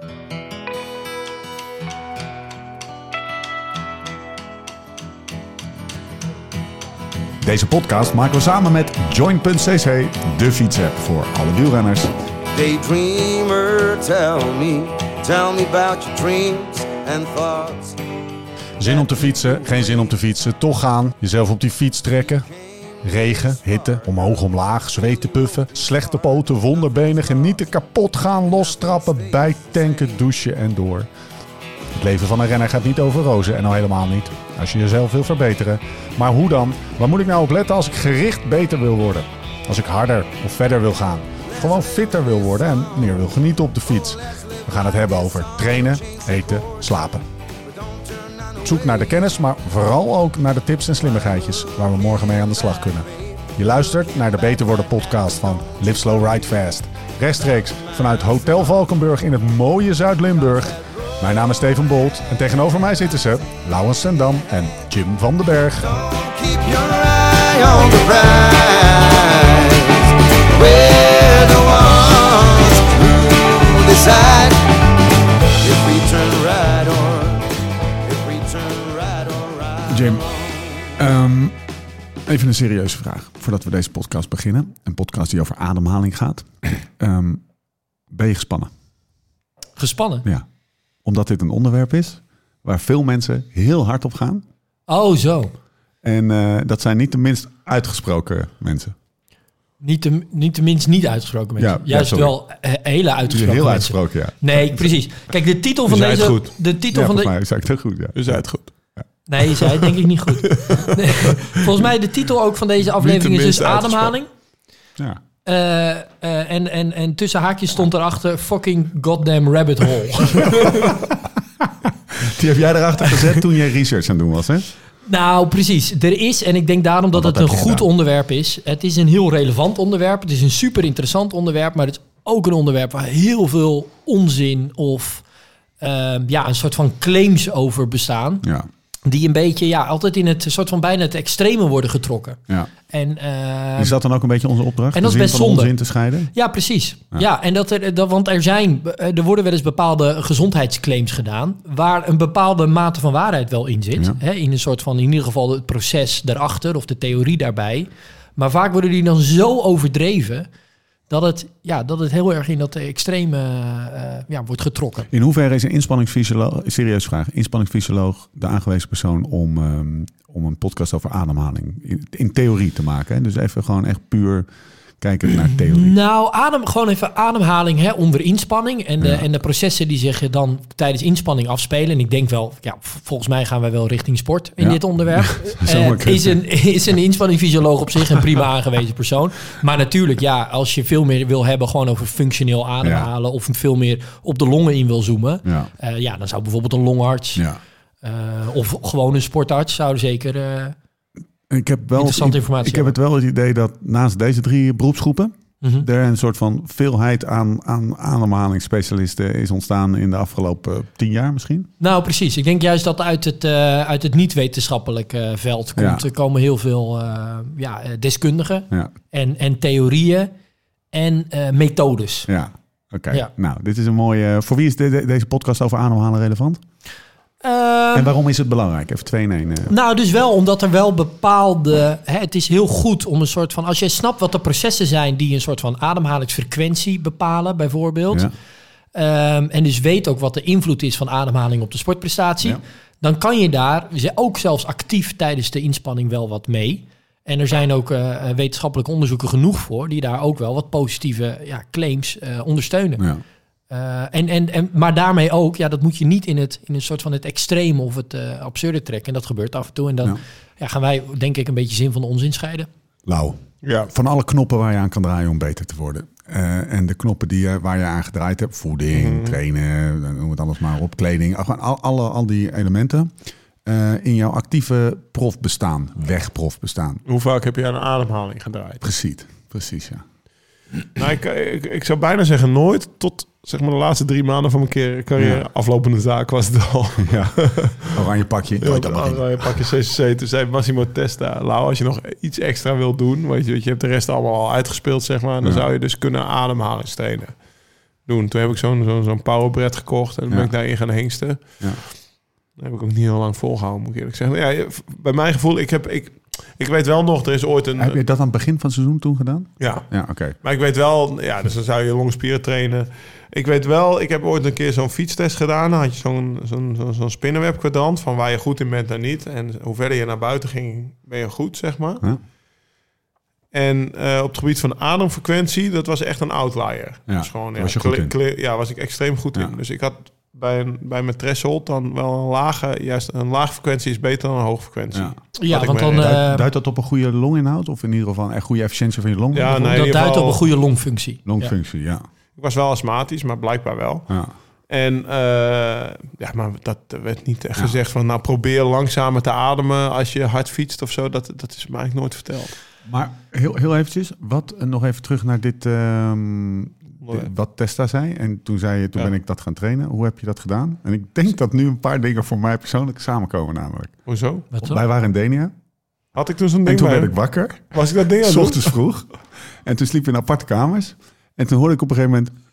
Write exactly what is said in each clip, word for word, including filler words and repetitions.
Deze podcast maken we samen met Join punt c c, de fietsapp voor alle wielrenners. Daydreamer, tell me, tell me about your dreams and thoughts. Zin om te fietsen, geen zin om te fietsen, toch gaan, jezelf op die fiets trekken. Regen, hitte, omhoog, omlaag, zweten, puffen, slechte poten, wonderbenen, genieten, kapot gaan, lostrappen, bijtanken, douchen en door. Het leven van een renner gaat niet over rozen en al helemaal niet als je jezelf wil verbeteren. Maar hoe dan? Waar moet ik nou op letten als ik gericht beter wil worden? Als ik harder of verder wil gaan? Gewoon fitter wil worden en meer wil genieten op de fiets. We gaan het hebben over trainen, eten, slapen. Op zoek naar de kennis, maar vooral ook naar de tips en slimmigheidjes waar we morgen mee aan de slag kunnen. Je luistert naar de Beter Worden podcast van Live Slow Ride Fast. Rechtstreeks vanuit Hotel Valkenburg in het mooie Zuid-Limburg. Mijn naam is Steven Bolt en tegenover mij zitten ze Laurens Sendam en Jim van den Berg. Keep your eye on the prize. We're the ones who decide if we turn right or if we turn right or right. Jim, um, even een serieuze vraag voordat we deze podcast beginnen. Een podcast die over ademhaling gaat. Um, ben je gespannen? Gespannen? Ja. Omdat dit een onderwerp is waar veel mensen heel hard op gaan. Oh, zo. En uh, dat zijn niet de minst uitgesproken mensen. Niet de, niet de minst niet uitgesproken mensen. Ja, Juist ja, wel uh, hele uitgesproken heel mensen. uitgesproken, ja. Nee, precies. Kijk, de titel van U zei deze... het goed. De titel Ja, van de, volgens mij zei ik het heel goed, ja. U zei het goed. Ja. Nee, je zei het denk ik niet goed. Nee, volgens mij de titel ook van deze aflevering is dus minste ademhaling. Ja. Uh, uh, en, en, en tussen haakjes stond erachter fucking goddamn rabbit hole. Die heb jij erachter gezet toen je research aan het doen was, hè? Nou, precies. Er is, en ik denk daarom dat Wat het een heb je goed gedaan? onderwerp is. Het is een heel relevant onderwerp. Het is een super interessant onderwerp. Maar het is ook een onderwerp waar heel veel onzin of uh, ja, een soort van claims over bestaan. Ja. Die een beetje, ja, altijd in het soort van bijna het extreme worden getrokken. ja. En, uh, Is dat dan ook een beetje onze opdracht? en dat de is zin best van zonde. onzin te scheiden? Ja, precies. Ja. Ja, en dat er, dat, want er zijn, er worden wel eens bepaalde gezondheidsclaims gedaan, waar een bepaalde mate van waarheid wel in zit. Ja. Hè, in een soort van, in ieder geval het proces daarachter of de theorie daarbij. Maar vaak worden die dan zo overdreven dat het, ja, dat het heel erg in dat extreme uh, ja, wordt getrokken. In hoeverre is een inspanningsfysioloog, serieuze vraag, inspanningsfysioloog de aangewezen persoon om, um, om een podcast over ademhaling in, in theorie te maken? Hè? Dus even gewoon echt puur kijken naar theorie. Nou, adem, gewoon even ademhaling hè, onder inspanning. En de, Ja. en de processen die zich dan tijdens inspanning afspelen. En ik denk wel, ja, v- volgens mij gaan wij wel richting sport in Ja. dit onderwerp. Zou maar Uh, is, een, is een inspanningfysioloog op zich een prima aangewezen persoon. Maar natuurlijk, ja, als je veel meer wil hebben gewoon over functioneel ademhalen. Ja. Of veel meer op de longen in wil zoomen. Ja. Uh, ja, dan zou bijvoorbeeld een longarts Ja. uh, of gewoon een sportarts zouden zeker... Uh, Ik heb wel Interessante het, informatie Ik heb het wel het idee dat naast deze drie beroepsgroepen mm-hmm. er een soort van veelheid aan, aan ademhalingsspecialisten is ontstaan in de afgelopen tien jaar misschien. Nou, precies. Ik denk juist dat uit het, uh, uit het niet-wetenschappelijk uh, veld komt. Ja. Er komen heel veel uh, ja, deskundigen Ja, en, en theorieën en uh, methodes. ja. Oké. Okay. Ja. Nou, dit is een mooie... Voor wie is de, de, deze podcast over ademhalen relevant? Uh, En waarom is het belangrijk? Even twee in één. Uh. Nou, dus wel omdat er wel bepaalde... Hè, het is heel goed om een soort van... Als jij snapt wat de processen zijn die een soort van ademhalingsfrequentie bepalen, bijvoorbeeld. Ja. Um, en dus weet ook wat de invloed is van ademhaling op de sportprestatie. Ja. Dan kan je daar ook zelfs actief tijdens de inspanning wel wat mee. En er zijn ook uh, wetenschappelijke onderzoeken genoeg voor... die daar ook wel wat positieve ja, claims uh, ondersteunen. Ja. Uh, en, en, en, maar daarmee ook, ja, dat moet je niet in, het, in een soort van het extreme of het uh, absurde trekken. En dat gebeurt af en toe. En dan ja. Ja, gaan wij, denk ik, een beetje zin van de onzin scheiden. Lau, ja. Van alle knoppen waar je aan kan draaien om beter te worden. Uh, en de knoppen die je, waar je aan gedraaid hebt, voeding, mm. trainen, noem het alles maar op, kleding. Gewoon al, alle, al die elementen uh, in jouw actieve profbestaan, wegprofbestaan. Hoe vaak heb je aan een ademhaling gedraaid? Precies, precies, ja. Nou, ik, ik, ik zou bijna zeggen nooit, tot zeg maar de laatste drie maanden van mijn carrière, ja. aflopende zaak was het al. Ja. Oranje pakje. Ja, oranje pakje C C C. Toen zei Massimo Testa, Lau, als je nog iets extra wilt doen, weet je, je hebt de rest allemaal al uitgespeeld, zeg maar, dan ja. zou je dus kunnen ademhalingstrainen. doen. Toen heb ik zo'n, zo'n, zo'n powerbread gekocht en dan Ja. ben ik daarin gaan hengsten. Ja. Dat heb ik ook niet heel lang volgehouden, moet ik eerlijk zeggen. Ja, bij mijn gevoel, ik, heb, ik, ik weet wel nog, er is ooit een... Heb je dat aan het begin van het seizoen toen gedaan? Ja, Ja, oké. Okay. maar ik weet wel, ja, dus dan zou je longspieren trainen. Ik weet wel, ik heb ooit een keer zo'n fietstest gedaan. Dan had je zo'n, zo'n, zo'n, zo'n spinnenweb kwadrant van waar je goed in bent en niet. En hoe verder je naar buiten ging, ben je goed, zeg maar. Ja. En uh, op het gebied van ademfrequentie, dat was echt een outlier. Ja, dus gewoon, ja, was je goed kle- in. kle- ja, was ik extreem goed Ja. in. Dus ik had bij, een, bij mijn threshold dan wel een lage, juist een lage frequentie is beter dan een hoge frequentie. Ja. Ja, ik want me- dan... Duidt, eh, duidt dat op een goede longinhoud? Of in ieder geval een echt goede efficiëntie van je long? Ja, nee, in dat ieder duidt geval- op een goede longfunctie. Longfunctie, ja. Ik was wel astmatisch, maar blijkbaar wel. ja. En uh, ja, maar dat werd niet echt Ja. gezegd van... nou, probeer langzamer te ademen als je hard fietst of zo. Dat, dat is me eigenlijk nooit verteld. Maar heel, heel eventjes, wat, eh, nog even terug naar dit, ehm, dit- wat Testa zei. En toen zei je, toen Ja. ben ik dat gaan trainen. Hoe heb je dat gedaan? En ik denk dat nu een paar dingen voor mij persoonlijk samenkomen namelijk. Hoezo? Wat dan? Wij waren in Denia. Had ik toen zo'n En ding toen bij? werd ik wakker. Was ik dat ding aan het S doen? ochtends vroeg. En toen sliep ik in aparte kamers. En toen hoorde ik op een gegeven moment...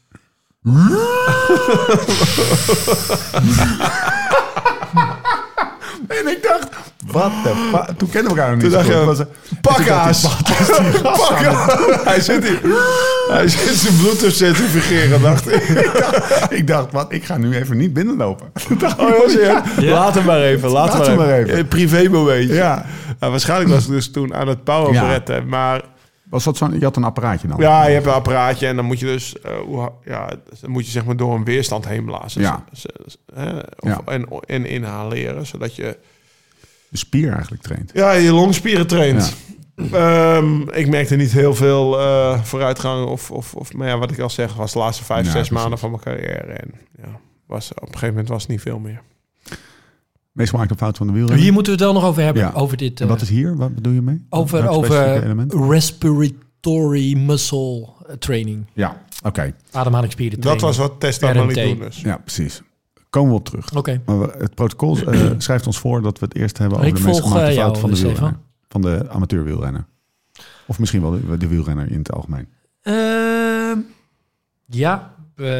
en ik dacht, wat de fuck? Toen kennen we elkaar nog niet Toen zo dacht goed. je, Was- pakkaas! Pakkaas! Hij zit hier. Hij zit zijn bloed te centrifugeren, dacht ik. Ik dacht, wat? Ik ga nu even niet binnenlopen. Oh, ja, zie je? Laat hem maar even. Laat, Laat hem hem maar maar even. even. Een privé momentje. Ja. Nou, waarschijnlijk was ik dus toen aan het powerbretten. Maar Was dat zo'n, je had een apparaatje dan? ja, je hebt een apparaatje en dan moet je dus... Uh, hoe ha- ja, dan moet je zeg maar door een weerstand heen blazen. Ja. Z- z- hè, of, Ja. en, en inhaleren, zodat je... De spier eigenlijk traint. Ja, je longspieren traint. Ehm, ik merkte niet heel veel uh, vooruitgang. Of, of, of, maar ja, wat ik al zeg, was de laatste vijf, Ja, zes precies. maanden van mijn carrière. En ja, was, op een gegeven moment was het niet veel meer. Meest gemaakte fout van de wielrenner. Hier moeten we het wel nog over hebben. Ja. Over dit. En eh, wat is hier? Wat bedoel je mee? over Welk specifieke over element? respiratory muscle training. Ja, oké. Ademhalingsspieren Dat training. was wat Testa maar R M T. niet doen dus. Ja, precies. Komen we op terug. Oké. Maar we- het protocol eh, schrijft ons voor dat we het eerst hebben over Ik de meest volg, gemaakte eh, fout jou, van de Stefan. wielrenner. Van de amateurwielrenner. Of misschien wel de, de wielrenner in het algemeen. Ehm, ja.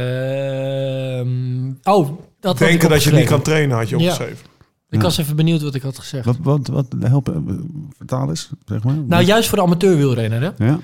Ehm, oh, dat had ik Denken dat je het niet kan opgeschreven. trainen, had je Ja. opgeschreven. Ik was even benieuwd wat ik had gezegd. Wat, wat, wat helpen, vertaal eens, zeg maar. Nou, juist voor de amateurwielrenner, hè? Ja?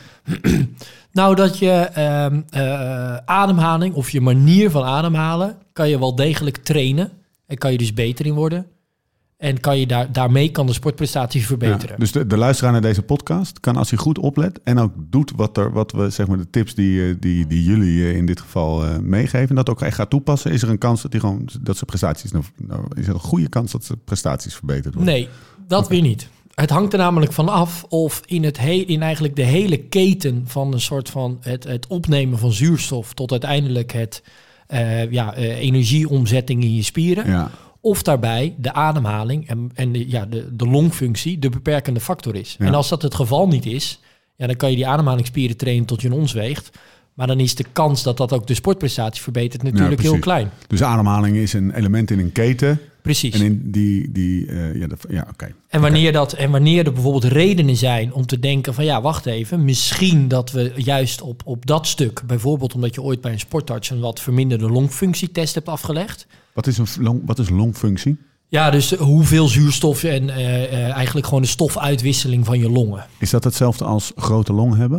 Nou, dat je ehm, eh, ademhaling of je manier van ademhalen... kan je wel degelijk trainen. En kan je dus beter in worden. En kan je daar, daarmee kan de sportprestatie verbeteren. Ja, dus de, de luisteraar naar deze podcast kan, als hij goed oplet en ook doet wat, er, wat we, zeg maar, de tips die, eh, die, die jullie eh, in dit geval uh, meegeven, dat ook echt gaat toepassen, is er een kans dat hij gewoon dat zijn prestaties, nou, nou, is er een goede kans dat zijn prestaties verbeterd worden? Nee, dat weer niet. Het hangt er namelijk van af of in, het he- in eigenlijk de hele keten van een soort van het, het opnemen van zuurstof tot uiteindelijk het uh, ja, uh, energieomzetting in je spieren. Ja. Of daarbij de ademhaling en, en de, ja, de, de longfunctie de beperkende factor is. Ja. En als dat het geval niet is, ja, dan kan je die ademhalingsspieren trainen tot je een ons weegt. Maar dan is de kans dat dat ook de sportprestatie verbetert natuurlijk Ja, heel precies. klein. Dus ademhaling is een element in een keten. Precies. En in die, die uh, ja, de, ja oké. Okay. En wanneer, dat, en wanneer er bijvoorbeeld redenen zijn om te denken van ja, wacht even, misschien dat we juist op, op dat stuk, bijvoorbeeld omdat je ooit bij een sportarts een wat verminderde longfunctietest hebt afgelegd. Wat is een long, wat is longfunctie? Ja, dus hoeveel zuurstof en uh, uh, eigenlijk gewoon de stofuitwisseling van je longen. Is dat hetzelfde als grote long hebben?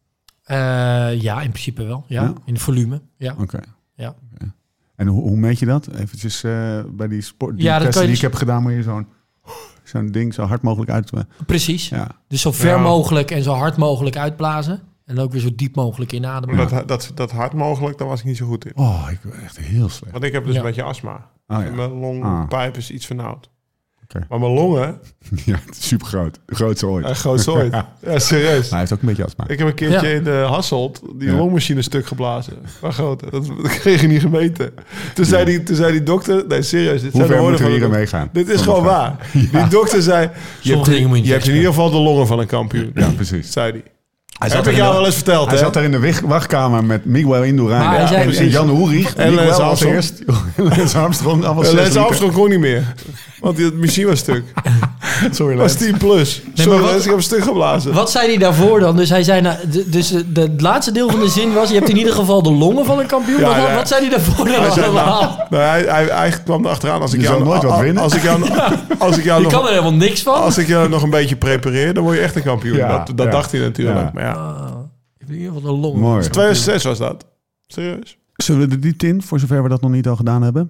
Uh, ja, in principe wel. Ja, Ja? in het volume. Ja. Oké. Okay. Ja. Okay. En hoe, hoe meet je dat? Eventjes uh, bij die sport die ja, testen die dus... ik heb gedaan, moet je zo'n zo'n ding zo hard mogelijk uit. Precies. Ja. Dus zo ver ja. mogelijk en zo hard mogelijk uitblazen. En ook weer zo diep mogelijk inademen. Maar dat, dat, dat hard mogelijk, daar was ik niet zo goed in. Oh, ik ben echt heel slecht. Want ik heb dus Ja. een beetje astma. Oh, ja. En mijn longpijp ah. is iets vernauwd. Okay. Maar mijn longen... Ja, super groot. De grootste ooit. Uh, grootste ooit. Ja, serieus. Maar hij heeft ook een beetje astma. Ik heb een keertje Ja. in de Hasselt die Ja. longmachine stuk geblazen. Maar groot. Dat, dat kreeg je niet gemeten. Toen, zei die, toen zei die dokter... Nee, serieus. Dit Hoe zijn de ver woorden moeten we van hier de meegaan? Dit is Kom gewoon maar. waar. Die dokter zei... Je hebt, dingen moet je je hebt in ieder geval de longen van een kampioen. Ja, precies. Zei hij. Hij Heb ik jou wel eens verteld, Hij hè? zat daar in de wich- wachtkamer met Miguel Indurain Maar hij ja, zei en, precies. en Jan Ulrich. En Miguel Lance was Armstrong. eerst. Lance Armstrong. Uh, Lance Armstrong kon niet meer. Want die, het machine was stuk. Sorry, Dat is Lens. tien plus. maar Sorry, wat- Lens, ik heb een stuk geblazen. Wat zei hij daarvoor dan? Dus hij zei, nou, d- dus de, de, het laatste deel van de zin was, je hebt in ieder geval de longen van een kampioen. Ja, Maar wat, ja. wat zei hij daarvoor dan Hij, zei, allemaal? nou, nou, hij, hij, hij kwam erachteraan. Als ik Je jou, zal nooit wat a- a- winnen. Als ik jou, als ik jou Je nog... kan er helemaal niks van. Als ik je nog een beetje prepareer, dan word je echt een kampioen. Ja, dat dat ja. dacht hij natuurlijk. Ja. Maar ja, Ah, je hebt in ieder geval de longen. Mooi. tweeduizend zes was dat. Serieus? Zullen we er niet in, voor zover we dat nog niet al gedaan hebben?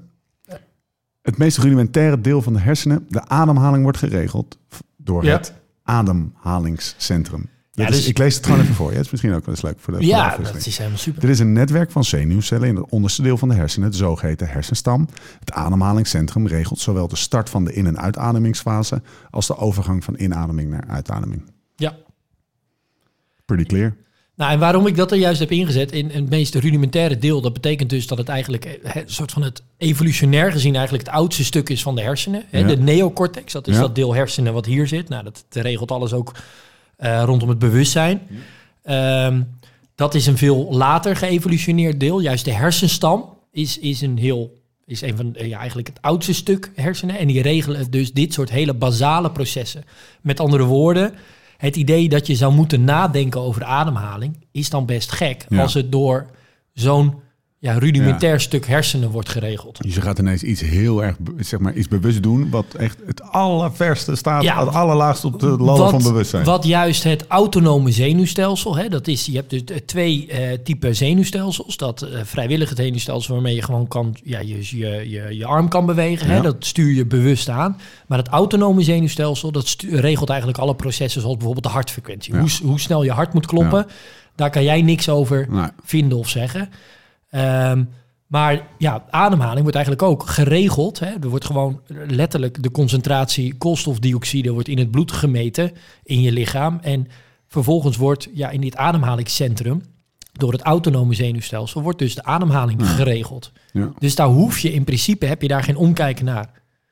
Het meest rudimentaire deel van de hersenen, de ademhaling, wordt geregeld door Ja. het ademhalingscentrum. Ja, Dit is- dus- ik lees het gewoon even voor je. Het is misschien ook wel eens leuk voor de, voor de Ja, afwisseling. dat is helemaal super. Er is een netwerk van zenuwcellen in het onderste deel van de hersenen, de zogeheten hersenstam. Het ademhalingscentrum regelt zowel de start van de in- en uitademingsfase als de overgang van inademing naar uitademing. Ja. Pretty clear. Nou, en waarom ik dat er juist heb ingezet in het meest rudimentaire deel, dat betekent dus dat het eigenlijk eh, een soort van het evolutionair gezien eigenlijk het oudste stuk is van de hersenen. Hè? Ja. De neocortex, dat is Ja. dat deel hersenen wat hier zit. Nou, dat, dat regelt alles ook eh, rondom het bewustzijn. Ehm, dat is een veel later geëvolutioneerd deel. Juist de hersenstam is, is een heel is een van eh, ja, eigenlijk het oudste stuk hersenen. En die regelen dus dit soort hele basale processen. Met andere woorden, het idee dat je zou moeten nadenken over ademhaling is dan best gek Ja. als het door zo'n ja, rudimentair stuk hersenen wordt geregeld. Dus je gaat ineens iets heel erg, be- zeg maar, iets bewust doen, wat echt het allerverste staat, Ja. het allerlaagst op de ladder van bewustzijn. Wat juist het autonome zenuwstelsel, hè, dat is, je hebt dus eh, twee eh typen zenuwstelsels. Dat eh, vrijwillige zenuwstelsel waarmee je gewoon kan, ja, je, je, je, je arm kan bewegen, Ja. hè, dat stuur je bewust aan. Maar het autonome zenuwstelsel, dat stu- regelt eigenlijk alle processen, zoals bijvoorbeeld de hartfrequentie. Ja. Hoe, s- hoe snel je hart moet kloppen, daar kan jij niks over Nee. vinden of zeggen. Ehm, maar ja, ademhaling wordt eigenlijk ook geregeld. Hè. Er wordt gewoon letterlijk de concentratie koolstofdioxide wordt in het bloed gemeten in je lichaam. En vervolgens wordt ja, in dit ademhalingscentrum door het autonome zenuwstelsel wordt dus de ademhaling geregeld. Ja, Dus daar hoef je in principe, heb je daar geen omkijken naar.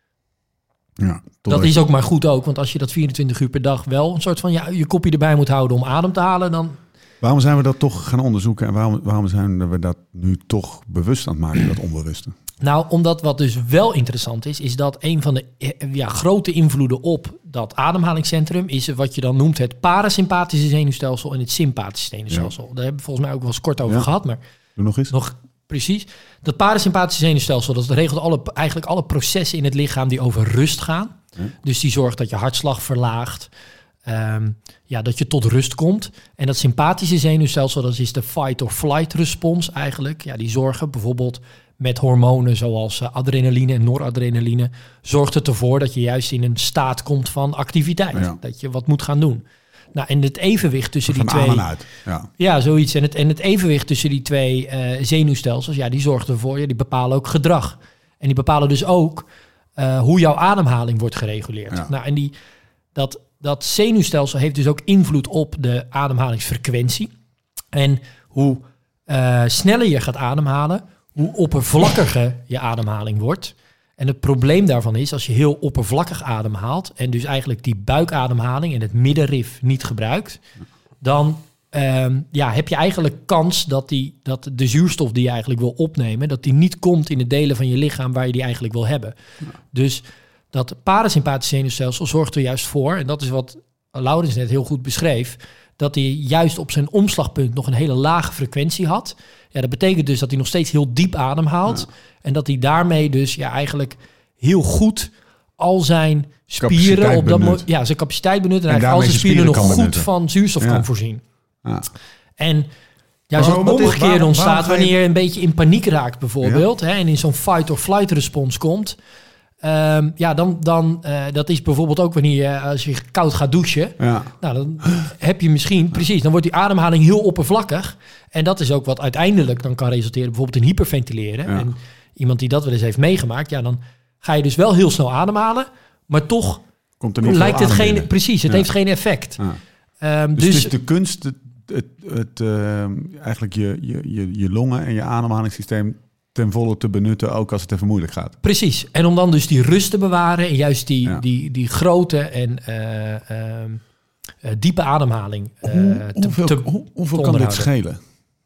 ja, Dat is ook maar goed ook, want als je dat vierentwintig uur per dag wel een soort van ja, je kopje erbij moet houden om adem te halen, dan Waarom zijn we dat toch gaan onderzoeken en waarom, waarom zijn we dat nu toch bewust aan het maken, dat onbewuste? Nou, omdat wat dus wel interessant is, is dat een van de eh, ja, grote invloeden op dat ademhalingscentrum is wat je dan noemt het parasympathische zenuwstelsel en het sympathische zenuwstelsel. Daar hebben we volgens mij ook wel eens kort over Ja. gehad, maar Doe nog eens. nog precies. Dat parasympathische zenuwstelsel, dat regelt alle, eigenlijk alle processen in het lichaam die over rust gaan. Ja. Dus die zorgt dat je hartslag verlaagt. Ehm, ja, dat je tot rust komt. En dat sympathische zenuwstelsel, dat is de fight-or-flight respons eigenlijk. Ja, die zorgen bijvoorbeeld met hormonen zoals eh, adrenaline en noradrenaline, zorgt het ervoor dat je juist in een staat komt van activiteit. Ja. Dat je wat moet gaan doen. Nou, en het evenwicht tussen die Van aan twee... en uit. Ja. Ja, zoiets. En het, en het evenwicht tussen die twee eh, zenuwstelsels, ja, die zorgt ervoor, ja, die bepalen ook gedrag. En die bepalen dus ook eh, hoe jouw ademhaling wordt gereguleerd. Ja. Nou, en die, dat, dat zenuwstelsel heeft dus ook invloed op de ademhalingsfrequentie. En hoe eh, sneller je gaat ademhalen, hoe oppervlakkiger je ademhaling wordt. En het probleem daarvan is, als je heel oppervlakkig ademhaalt en dus eigenlijk die buikademhaling en het middenrif niet gebruikt, dan ehm, ja, heb je eigenlijk kans dat, die, dat de zuurstof die je eigenlijk wil opnemen, dat die niet komt in de delen van je lichaam waar je die eigenlijk wil hebben. Dus dat parasympathische zenuwstelsel zorgt er juist voor, en dat is wat Laurens net heel goed beschreef, dat hij juist op zijn omslagpunt nog een hele lage frequentie had. Ja, dat betekent dus dat hij nog steeds heel diep ademhaalt. Ja. En dat hij daarmee dus ja, eigenlijk heel goed al zijn spieren Capaciteit op dat benut. mo- ja, zijn capaciteit benutten. En, En eigenlijk al zijn daarmee spieren, zijn spieren nog kan goed benutten. van zuurstof Ja. kan voorzien. Ja. En juist Maar het wat is- omgekeerde waarom- ontstaat waarom ga je- wanneer je een beetje in paniek raakt bijvoorbeeld. Hè, en in zo'n fight-or-flight respons komt. Ehm, ja, dan, dan uh, dat is bijvoorbeeld ook wanneer je, als je koud gaat douchen. Ja. Nou, dan heb je misschien, precies, dan wordt die ademhaling heel oppervlakkig. En dat is ook wat uiteindelijk dan kan resulteren bijvoorbeeld in hyperventileren. Ja. En iemand die dat wel eens heeft meegemaakt, ja, dan ga je dus wel heel snel ademhalen, maar toch Komt er niet lijkt veel het adem geen, binnen. precies, het Ja. heeft geen effect. Ja. Ehm, Dus, dus het is de kunst, het, het, het, eh, eigenlijk je, je, je, je longen en je ademhalingssysteem ten volle te benutten, ook als het even moeilijk gaat. precies. En om dan dus die rust te bewaren en juist die, Ja. die, die grote en eh, ehm, eh, diepe ademhaling eh, Hoe, te, hoeveel te, hoe- hoeveel te kan dit onderhouden. schelen?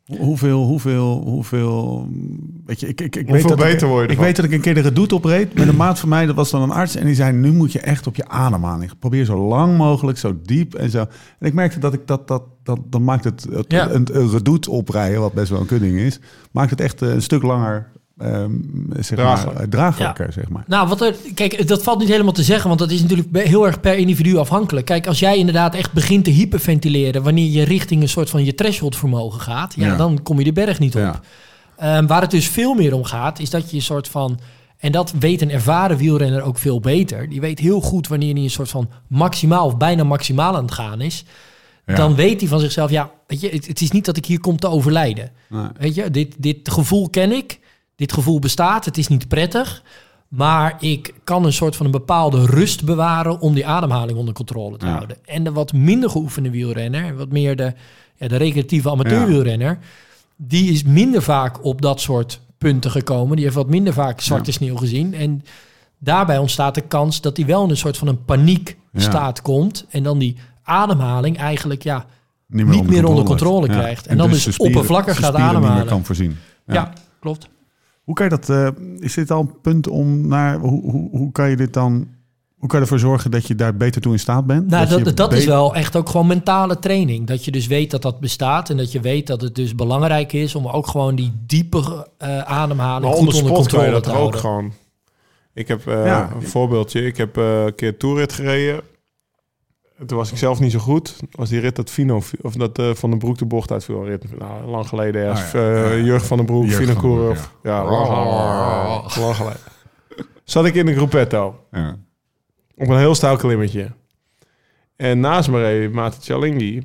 Hoeveel, hoeveel, hoeveel... Weet je, ik, ik, ik Hoeveel weet dat beter ik, word je ik ervan? weet dat ik een keer de redoute opreed met een maat van mij. Dat was dan een arts. En die zei, nu moet je echt op je ademhaling. Probeer zo lang mogelijk, zo diep en zo. En ik merkte dat ik dat... dat, dat dan maakt het, het Ja. een, een redoute oprijden, wat best wel een kudding is, maakt het echt een stuk langer... Um, zeg Draaglijk. maar, draaglijker, zeg maar. Nou, wat er, kijk, dat valt niet helemaal te zeggen, want dat is natuurlijk be- heel erg per individu afhankelijk. Kijk, als jij inderdaad echt begint te hyperventileren wanneer je richting een soort van je threshold vermogen gaat, ja, Ja. dan kom je de berg niet op. Ja. Um, waar het dus veel meer om gaat, is dat je een soort van, en dat weet een ervaren wielrenner ook veel beter. Die weet heel goed wanneer hij een soort van maximaal of bijna maximaal aan het gaan is. Ja. Dan weet hij van zichzelf, ja, weet je, het, het is niet dat ik hier kom te overlijden. Nee. Weet je, dit, dit gevoel ken ik. Dit gevoel bestaat, het is niet prettig. Maar ik kan een soort van een bepaalde rust bewaren om die ademhaling onder controle te Ja. houden. En de wat minder geoefende wielrenner, wat meer de, ja, de recreatieve amateurwielrenner, die is minder vaak op dat soort punten gekomen. Die heeft wat minder vaak zwarte Ja. sneeuw gezien. En daarbij ontstaat de kans dat hij wel in een soort van een paniekstaat Ja. komt. En dan die ademhaling eigenlijk ja, Niet niet meer onder heeft. controle Ja. krijgt. En dan dus de spieren- oppervlakkig zijn gaat spieren niet meer ademhalen. kan voorzien. ja. Ja. klopt. Hoe kan je dat? Uh, is dit al een punt om naar? Hoe, hoe, hoe kan je dit dan? Hoe kan je ervoor zorgen dat je daar beter toe in staat bent? Nou, dat, je dat is be- wel echt ook gewoon mentale training. Dat je dus weet dat dat bestaat en dat je weet dat het dus belangrijk is om ook gewoon die diepe uh, ademhaling Maar goed onder onder spot kan je controle dat te toch ook houden. gewoon. Ik heb uh, Ja. een voorbeeldje. Ik heb uh, een keer toerrit gereden. Toen was ik zelf niet zo goed. Was die rit dat Fino of dat uh, Van den Broek de bocht uitviel. Rit, nou, lang geleden ergens. Oh, ja. Uh, Ja, ja. Jurgen van den Broek, Jurgen Fino van den Broek, Koer. Ja, ja lang, lang, lang geleden. Zat ik in een gruppetto. Ja. Op een heel stijl klimmetje. En naast me reed Maarten Cialinghi.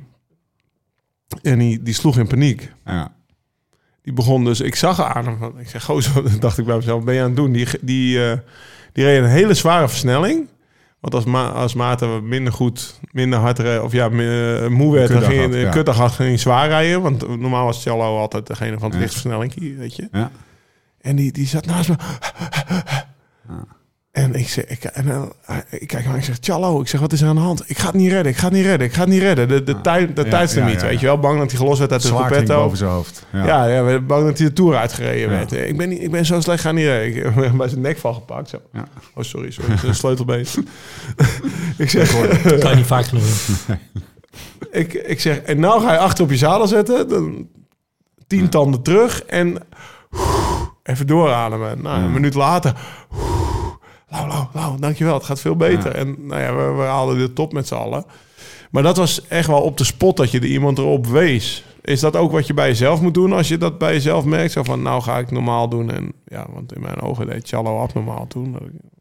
En die, die sloeg in paniek. Ja. Die begon dus... Ik zag aan hem. Van, ik zeg, gozer, dacht ik bij mezelf, wat ben je aan het doen? Die, die, uh, die reed een hele zware versnelling. Want als, Ma- als Maarten minder goed, minder hard reed, of ja, me- moe werd, dan ging je ja. een kutdag had, ging hij zwaar rijden. Want normaal was Cello altijd degene van het Ja. licht versnelling, weet je. Ja. En die, die zat naast me. Ja. En ik zeg, ik, en, uh, ik kijk maar, ik zeg, Tjallo, ik zeg, wat is er aan de hand? Ik ga het niet redden, ik ga het niet redden, ik ga het niet redden. De, de, Ja. tijd, de Ja, tijdslimiet, ja, ja, ja. weet je wel. Bang dat hij gelost werd uit de Zwaar ging gruppetto. boven zijn hoofd. Ja. Ja, ja, we zijn bang dat hij de Tour uitgereden Ja. werd. Ik ben, niet, ik ben zo slecht gaan niet rijden. Ik heb hem bij zijn nek van gepakt. Zo. Ja. Oh, sorry, sorry. Het is een sleutelbeen. ik zeg, Dat kan je niet vaak genoeg doen. ik, ik zeg, en nou ga je achter op je zadel zetten. Dan tien Ja. tanden terug en even doorademen. Nou, Ja. een minuut later. Lau, lau, lau, dankjewel. Het gaat veel beter. Ja. En nou ja, we, we haalden de top met z'n allen. Maar dat was echt wel op de spot dat je er iemand erop wees. Is dat ook wat je bij jezelf moet doen als je dat bij jezelf merkt? Zo van, nou ga ik normaal doen. En ja, want in mijn ogen deed Tjallo abnormaal toen.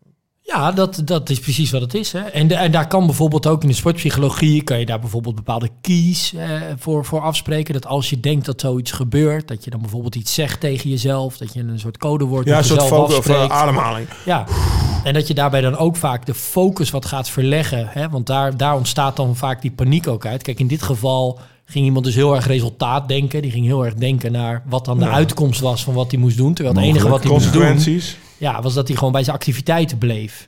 Ja, dat, dat is precies wat het is. Hè. En, de, en daar kan bijvoorbeeld ook in de sportpsychologie, kan je daar bijvoorbeeld bepaalde keys eh, voor, voor afspreken. Dat als je denkt dat zoiets gebeurt, dat je dan bijvoorbeeld iets zegt tegen jezelf. Dat je een soort codewoord Ja, een met soort jezelf focus of afspreekt. uh, ademhaling. Ja, en dat je daarbij dan ook vaak de focus wat gaat verleggen. Hè? Want daar, daar ontstaat dan vaak die paniek ook uit. Kijk, in dit geval ging iemand dus heel erg resultaat denken. Die ging heel erg denken naar wat dan de Ja. uitkomst was van wat hij moest doen. Terwijl het enige Mogelijk wat hij moest doen, Consequenties. ja, was dat hij gewoon bij zijn activiteiten bleef.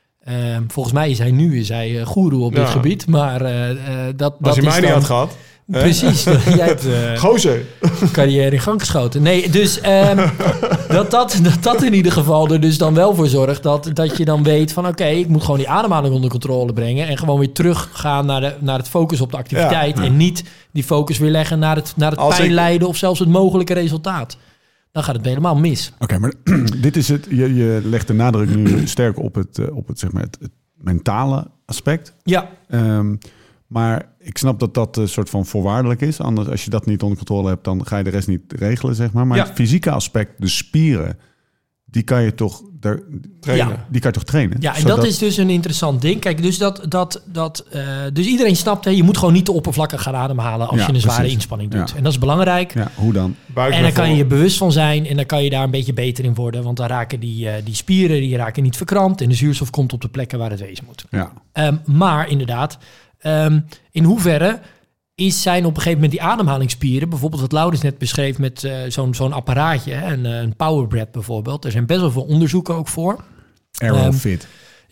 Um, volgens mij is hij nu is hij, uh, goeroe op Ja. dit gebied. Maar uh, uh, dat, Als dat hij is mij niet dan... had gehad. hè? Precies, jij hebt uh, Gozer. carrière in gang geschoten. Nee, dus um, dat, dat, dat dat in ieder geval er dus dan wel voor zorgt... dat, dat je dan weet van oké, okay, ik moet gewoon die ademhaling onder controle brengen... en gewoon weer teruggaan naar, de, naar het focus op de activiteit... Ja. en niet die focus weer leggen naar het, naar het Als pijn ik- lijden... of zelfs het mogelijke resultaat. Dan gaat het helemaal mis. Oké, maar dit is het. Je, je legt de nadruk nu sterk op het, uh, op het, zeg maar het, het mentale aspect. Ja, Um, maar ik snap dat dat een soort van voorwaardelijk is. Anders, als je dat niet onder controle hebt, dan ga je de rest niet regelen, zeg maar. Maar Ja. het fysieke aspect, de spieren, die kan je toch, daar, Trainen. Ja. die kan je toch trainen? Ja, en Zodat- dat is dus een interessant ding. Kijk, dus dat, dat, dat, uh, dus iedereen snapt, hè, je moet gewoon niet te oppervlakkig gaan ademhalen als Ja, je een zware precies. inspanning doet. Ja. En dat is belangrijk. Ja, hoe dan? Buik En naar dan kan je je voren. bewust van zijn en dan kan je daar een beetje beter in worden. Want dan raken die, uh, die spieren die raken niet verkrampt en de zuurstof komt op de plekken waar het wezen moet. Ja, Um, maar inderdaad, um, in hoeverre is zijn op een gegeven moment die ademhalingsspieren, bijvoorbeeld wat Laurens net beschreef met uh, zo'n, zo'n apparaatje, hè, een, uh, een power breath bijvoorbeeld. Er zijn best wel veel onderzoeken ook voor. Aerofit.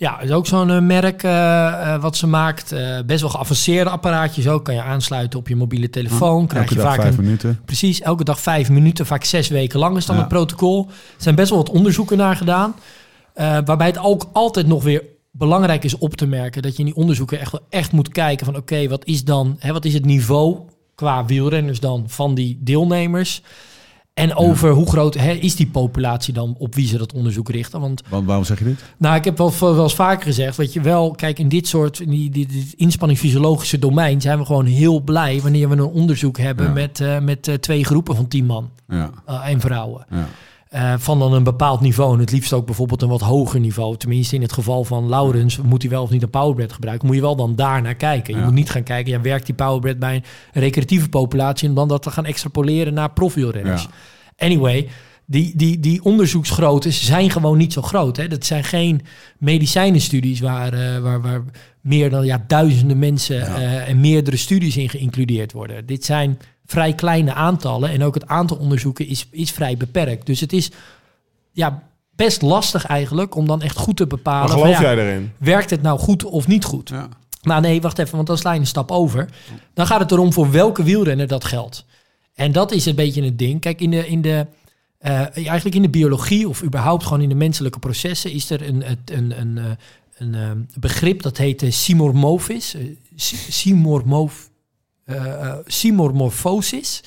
Ja, is ook zo'n uh, merk uh, uh, wat ze maakt. Uh, best wel geavanceerde apparaatjes ook. Kan je aansluiten op je mobiele telefoon. Hm, Krijg elke je dag vaak vijf een, minuten. Precies, elke dag vijf minuten. Vaak zes weken lang is dan Ja. het protocol. Er zijn best wel wat onderzoeken naar gedaan. Uh, waarbij het ook altijd nog weer belangrijk is op te merken... dat je in die onderzoeken echt, wel echt moet kijken van... oké, okay, wat is dan, hè, wat is het niveau qua wielrenners dan van die deelnemers... En over ja. hoe groot hè, is die populatie dan op wie ze dat onderzoek richten? Want, Want waarom zeg je dit? Nou, ik heb wel, wel eens vaker gezegd, weet je wel, kijk, in dit soort, in die, die, die inspanning-fysiologische domein zijn we gewoon heel blij wanneer we een onderzoek hebben ja. met, uh, met uh, twee groepen van tien man ja. uh, en vrouwen. Ja. Uh, van dan een bepaald niveau en het liefst ook bijvoorbeeld een wat hoger niveau. Tenminste in het geval van Laurens moet hij wel of niet een powerbread gebruiken. Moet je wel dan daar naar kijken. Je ja. moet niet gaan kijken, ja, werkt die powerbread bij een recreatieve populatie en dan dat te gaan extrapoleren naar profielrenners. Ja. Anyway, die, die, die onderzoeksgroottes zijn gewoon niet zo groot. Hè? Dat zijn geen medicijnenstudies waar, uh, waar, waar meer dan ja, duizenden mensen ja. uh, en meerdere studies in geïncludeerd worden. Dit zijn vrij kleine aantallen en ook het aantal onderzoeken is, is vrij beperkt. Dus het is ja, best lastig eigenlijk om dan echt goed te bepalen. Maar geloof van, ja, jij erin? Werkt het nou goed of niet goed? Ja. Nou nee, wacht even, want dan sla je een stap over. Dan gaat het erom voor welke wielrenner dat geldt. En dat is een beetje het ding. Kijk, in de, in de, uh, eigenlijk in de biologie of überhaupt gewoon in de menselijke processen is er een, een, een, een, een, een begrip dat heet simormofis, uh, simormof, uh, uh, simormorfosis,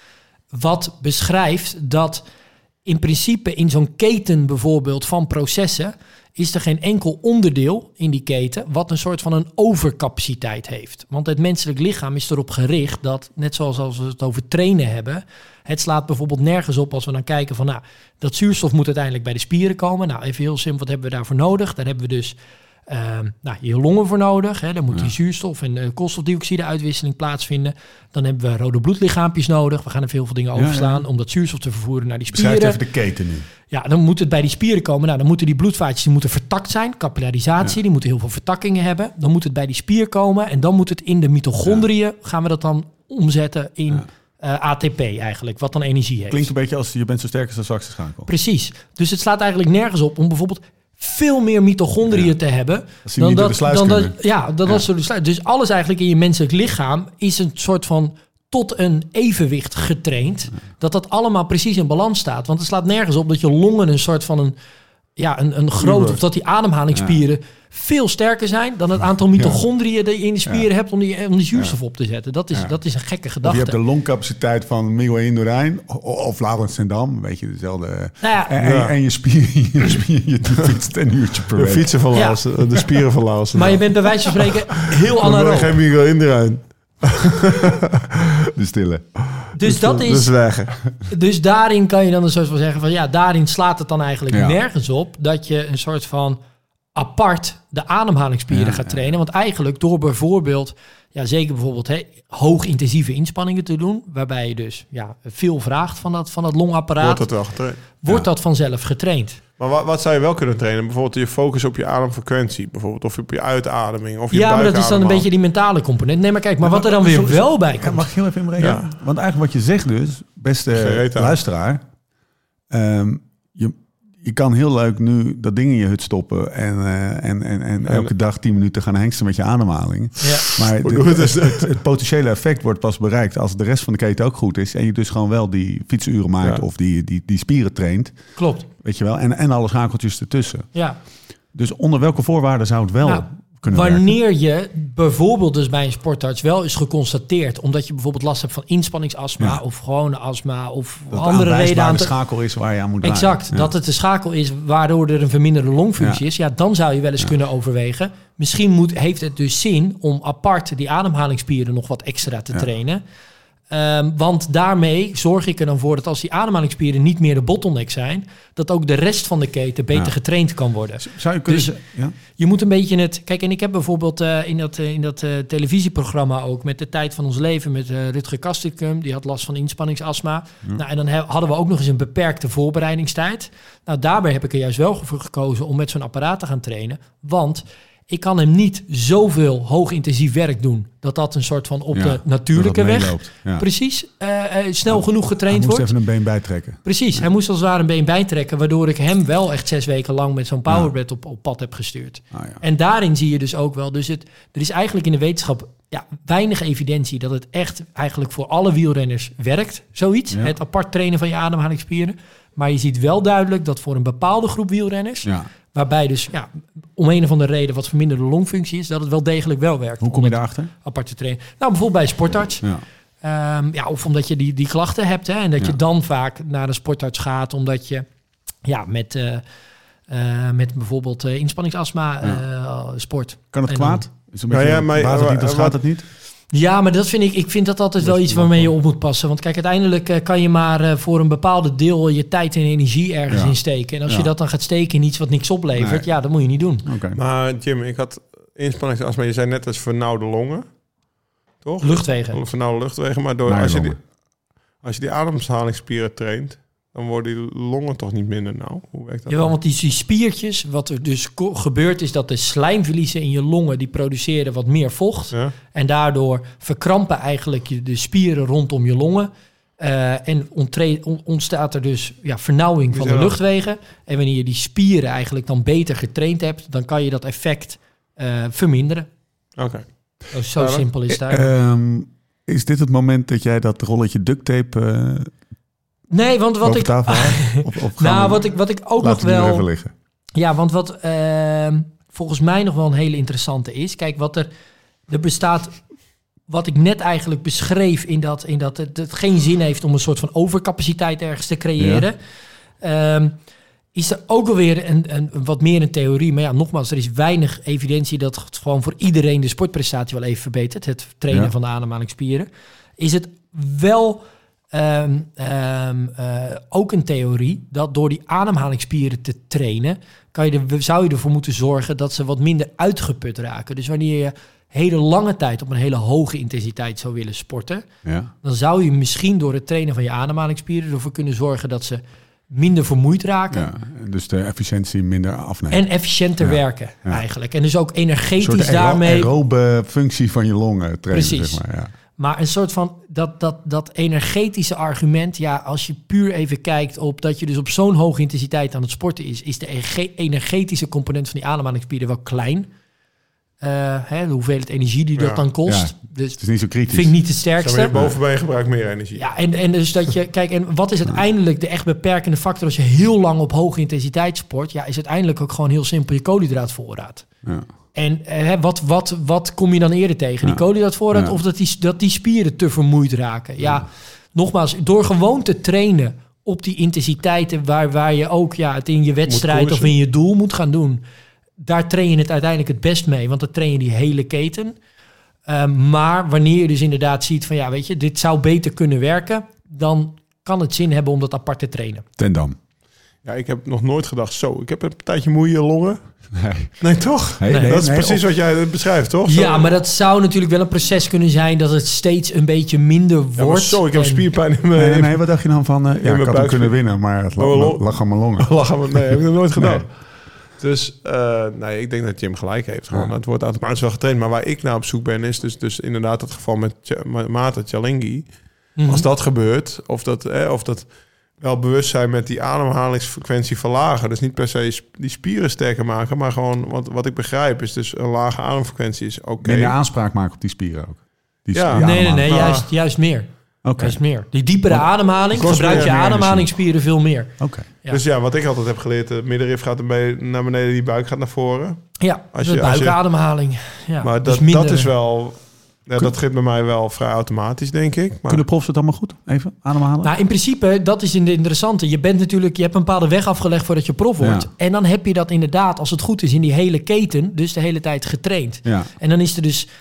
wat beschrijft dat in principe in zo'n keten bijvoorbeeld van processen is er geen enkel onderdeel in die keten wat een soort van een overcapaciteit heeft. Want het menselijk lichaam is erop gericht dat, net zoals als we het over trainen hebben, het slaat bijvoorbeeld nergens op als we dan kijken van, nou, dat zuurstof moet uiteindelijk bij de spieren komen. Nou, even heel simpel, wat hebben we daarvoor nodig? Daar hebben we dus uh, nou, je longen voor nodig. Hè? Dan moet ja. die zuurstof en uh, koolstofdioxide-uitwisseling plaatsvinden. Dan hebben we rode bloedlichaampjes nodig. We gaan er veel, veel dingen overslaan ja, ja. om dat zuurstof te vervoeren naar die spieren. Beschrijf even de keten nu. Ja, dan moet het bij die spieren komen. Nou, dan moeten die bloedvaatjes die moeten vertakt zijn. Capillarisatie, ja. die moeten heel veel vertakkingen hebben. Dan moet het bij die spier komen. En dan moet het in de mitochondriën, ja. gaan we dat dan omzetten in ja. uh, A T P eigenlijk. Wat dan energie heeft. Klinkt een beetje als je bent zo sterk als de zwakste schakel. Precies. Dus het slaat eigenlijk nergens op om bijvoorbeeld veel meer mitochondriën ja. te hebben dan dat, dan dat, ja, dan ja. dat soort besluit. Dus alles eigenlijk in je menselijk lichaam is een soort van tot een evenwicht getraind, ja. dat dat allemaal precies in balans staat. Want het slaat nergens op dat je longen een soort van een, ja, een, een groot, of dat die ademhalingsspieren ja. veel sterker zijn dan het aantal mitochondriën die je in de spieren ja. hebt om die, om die zuurstof ja. op te zetten. Dat is, ja. dat is een gekke gedachte. Of je hebt de longcapaciteit van Miguel Indurain of Laurens Sendam, weet je, dezelfde. Nou ja. En, ja. en je spier, je, spier, je fietst een uurtje per week. De fietsen van Laurens, ja. de spieren van Laurens. Maar je bent bij wijze van spreken heel anaerob. Geen Miguel Indurain. De stille. Dus dat is. Dus daarin kan je dan een soort van zeggen van ja, daarin slaat het dan eigenlijk ja. nergens op dat je een soort van apart de ademhalingsspieren ja, gaat trainen. Ja. Want eigenlijk door bijvoorbeeld, ja, zeker bijvoorbeeld hè, hoogintensieve inspanningen te doen, waarbij je dus ja, veel vraagt van dat, van dat longapparaat, wordt dat wel getraind. Wordt ja. dat vanzelf getraind. Maar wat, wat zou je wel kunnen trainen? Bijvoorbeeld je focus op je ademfrequentie, bijvoorbeeld, of op je uitademing, of je ja, maar dat is dan een beetje die mentale component. Nee, maar kijk, maar ja, wat er dan weer zo, wel bij komt. Ja, mag ik heel even inbreken? Ja. Want eigenlijk wat je zegt dus, beste luisteraar, um, je, je kan heel leuk nu dat ding in je hut stoppen en, uh, en, en, en ja, elke dag tien minuten gaan hengsten met je ademhaling. Ja. Maar de, het, het, het, het potentiële effect wordt pas bereikt als de rest van de keten ook goed is en je dus gewoon wel die fietsuren maakt ja. of die, die, die spieren traint. Klopt. Weet je wel? En, en alle schakeltjes ertussen. Ja. Dus onder welke voorwaarden zou het wel nou, kunnen wanneer werken? je bijvoorbeeld dus bij een sportarts wel is geconstateerd, omdat je bijvoorbeeld last hebt van inspanningsastma ja. of gewone astma of dat andere reden aan de schakel is waar je aan moet draaien. Exact, ja. dat het de schakel is waardoor er een verminderde longfunctie ja. is. Ja, dan zou je wel eens ja. kunnen overwegen. Misschien moet, heeft het dus zin om apart die ademhalingsspieren nog wat extra te ja. trainen. Um, want daarmee zorg ik er dan voor dat als die ademhalingsspieren niet meer de bottleneck zijn, dat ook de rest van de keten beter ja. getraind kan worden. Zou je kunnen dus z- ja? je moet een beetje het... Kijk, en ik heb bijvoorbeeld uh, in dat, uh, in dat uh, televisieprogramma ook met De Tijd van Ons Leven met uh, Rutger Kastikum, die had last van inspanningsastma. Ja. Nou, en dan he- hadden we ook nog eens een beperkte voorbereidingstijd. Nou, daarbij heb ik er juist wel voor gekozen om met zo'n apparaat te gaan trainen, want Ik kan hem niet zoveel hoogintensief werk doen... dat dat een soort van op Ja, de natuurlijke dat het weg... meeloopt, ja. precies uh, uh, snel genoeg getraind Hij moest wordt. even een been bijtrekken. Precies, hij moest als het ware een been bijtrekken... waardoor ik hem wel echt zes weken lang... met zo'n powerbed op, op pad heb gestuurd. Ah, ja. En daarin zie je dus ook wel... dus het, er is eigenlijk in de wetenschap ja, weinig evidentie... dat het echt eigenlijk voor alle wielrenners werkt, zoiets. Ja. Het apart trainen van je ademhalingsspieren. Maar je ziet wel duidelijk dat voor een bepaalde groep wielrenners... Ja. waarbij dus ja, om een of andere reden wat verminderde longfunctie is... dat het wel degelijk wel werkt. Hoe kom je om het daarachter? apart te trainen. Nou, bijvoorbeeld bij een sportarts. Ja. Um, ja, of omdat je die, die klachten hebt. Hè, en dat Ja. je dan vaak naar een sportarts gaat... omdat je ja, met, uh, uh, met bijvoorbeeld uh, inspanningsastma uh, ja. sport. Kan het en kwaad? Dan, is een beetje, ja, maar, baat het niet, dan wat, schaadt het niet? Ja, maar dat vind ik, ik vind dat altijd wel iets waarmee je op moet passen. Want kijk, uiteindelijk uh, kan je maar uh, voor een bepaalde deel je tijd en energie ergens ja. in steken. En als ja. je dat dan gaat steken in iets wat niks oplevert, nee. ja, dat moet je niet doen. Okay. Maar Jim, ik had inspanningsastma. Je zei net als vernauwde longen, toch? Luchtwegen. Vernauwde luchtwegen, maar door, als, je die, als je die ademhalingsspieren traint, dan worden die longen toch niet minder nauw? Hoe werkt dat? Jawel, want die, die spiertjes, wat er dus ko- gebeurt is dat de slijmvliezen in je longen, die produceren wat meer vocht. Ja? En daardoor verkrampen eigenlijk je de spieren rondom je longen. Uh, en ontre- on- ontstaat er dus ja, vernauwing van de luchtwegen. En wanneer je die spieren eigenlijk dan beter getraind hebt, dan kan je dat effect uh, verminderen. Oké. Okay. Oh, zo ja, simpel is dat. Uh, um, is dit het moment dat jij dat rolletje duct tape... Uh, Nee, want wat ik... of, of nou, wat ik, wat ik ook nog wel... Even liggen. Ja, want wat uh, volgens mij nog wel een hele interessante is... Kijk, wat er... Er bestaat... Wat ik net eigenlijk beschreef in dat, in dat het, het geen zin heeft om een soort van overcapaciteit ergens te creëren... Ja. Um, is er ook alweer een, een, wat meer een theorie. Maar ja, nogmaals, er is weinig evidentie dat het gewoon voor iedereen de sportprestatie wel even verbetert. Het trainen ja. van de ademhalingsspieren. Is het wel... Um, um, uh, ook een theorie dat door die ademhalingsspieren te trainen, kan je er, zou je ervoor moeten zorgen dat ze wat minder uitgeput raken. Dus wanneer je hele lange tijd op een hele hoge intensiteit zou willen sporten, ja. dan zou je misschien door het trainen van je ademhalingsspieren ervoor kunnen zorgen dat ze minder vermoeid raken. Ja, dus de efficiëntie minder afnemen. En efficiënter ja. werken ja. eigenlijk. En dus ook energetisch een soort daarmee... Een aerobe functie van je longen trainen, Precies. zeg maar. Ja. Maar een soort van dat, dat, dat energetische argument... ja, als je puur even kijkt op dat je dus op zo'n hoge intensiteit aan het sporten is... is de energetische component van die ademhalingsspieren wel klein. Uh, hè, de hoeveelheid energie die ja. dat dan kost. Ja. Dus het is niet zo kritisch. Vind ik niet het sterkste. Je bovenbeen gebruikt meer energie. Ja, en, en dus dat je... Kijk, en wat is uiteindelijk de echt beperkende factor... als je heel lang op hoge intensiteit sport? Ja, is uiteindelijk ook gewoon heel simpel je koolhydraatvoorraad. Ja. En hè, wat, wat, wat kom je dan eerder tegen? Die ja. koolhydraatvoorraad ja. of dat die, dat die spieren te vermoeid raken? Ja, ja, nogmaals, door gewoon te trainen op die intensiteiten... waar, waar je ook ja, het in je wedstrijd of in je doel moet gaan doen... daar train je het uiteindelijk het best mee. Want dan train je die hele keten. Uh, maar wanneer je dus inderdaad ziet van... ja, weet je, dit zou beter kunnen werken... dan kan het zin hebben om dat apart te trainen. Ten Dam. Ja, ik heb nog nooit gedacht, zo, ik heb een tijdje moeie longen... Nee. nee, toch? Nee, nee, nee, dat is nee, precies of... wat jij beschrijft, toch? Zo. Ja, zo. maar dat zou natuurlijk wel een proces kunnen zijn... dat het steeds een beetje minder wordt. Ja, maar zo, ik heb en... spierpijn in mijn... Nee, nee, nee, wat dacht je dan van... Uh, ja, ik had hem kunnen winnen, maar het lag, oh, lag aan mijn longen. lag aan mijn, nee, heb ik nog nooit gedaan. Nee. Dus uh, nee, ik denk dat Jim gelijk heeft. Gewoon. Ja. Het wordt automatisch wel getraind. Maar waar ik naar op zoek ben, is dus, dus inderdaad het geval met Maarten Cialinghi. Mm-hmm. Als dat gebeurt, of dat... Eh, of dat wel bewust zijn met die ademhalingsfrequentie verlagen. Dus niet per se die spieren sterker maken, maar gewoon wat, wat ik begrijp is dus een lage ademfrequentie is oké. Okay. Minder aanspraak maken op die spieren ook. Die ja. spieren nee, nee, nee, maar, juist, juist meer. Okay. Juist meer. Die diepere want, ademhaling gebruik je ademhalingsspieren veel meer. Okay. Ja. Dus ja, wat ik altijd heb geleerd, de middenrif gaat naar beneden, die buik gaat naar voren. Ja, als je, de buikademhaling. Ja, maar dat, dus dat is wel... Ja, dat gaat bij mij wel vrij automatisch, denk ik. Maar... Kunnen profs het allemaal goed? Even ademhalen? Nou, in principe, dat is in de interessante. Je bent natuurlijk, je hebt een bepaalde weg afgelegd voordat je prof wordt. Ja. En dan heb je dat inderdaad, als het goed is, in die hele keten, dus de hele tijd getraind. Ja. En dan is er dus,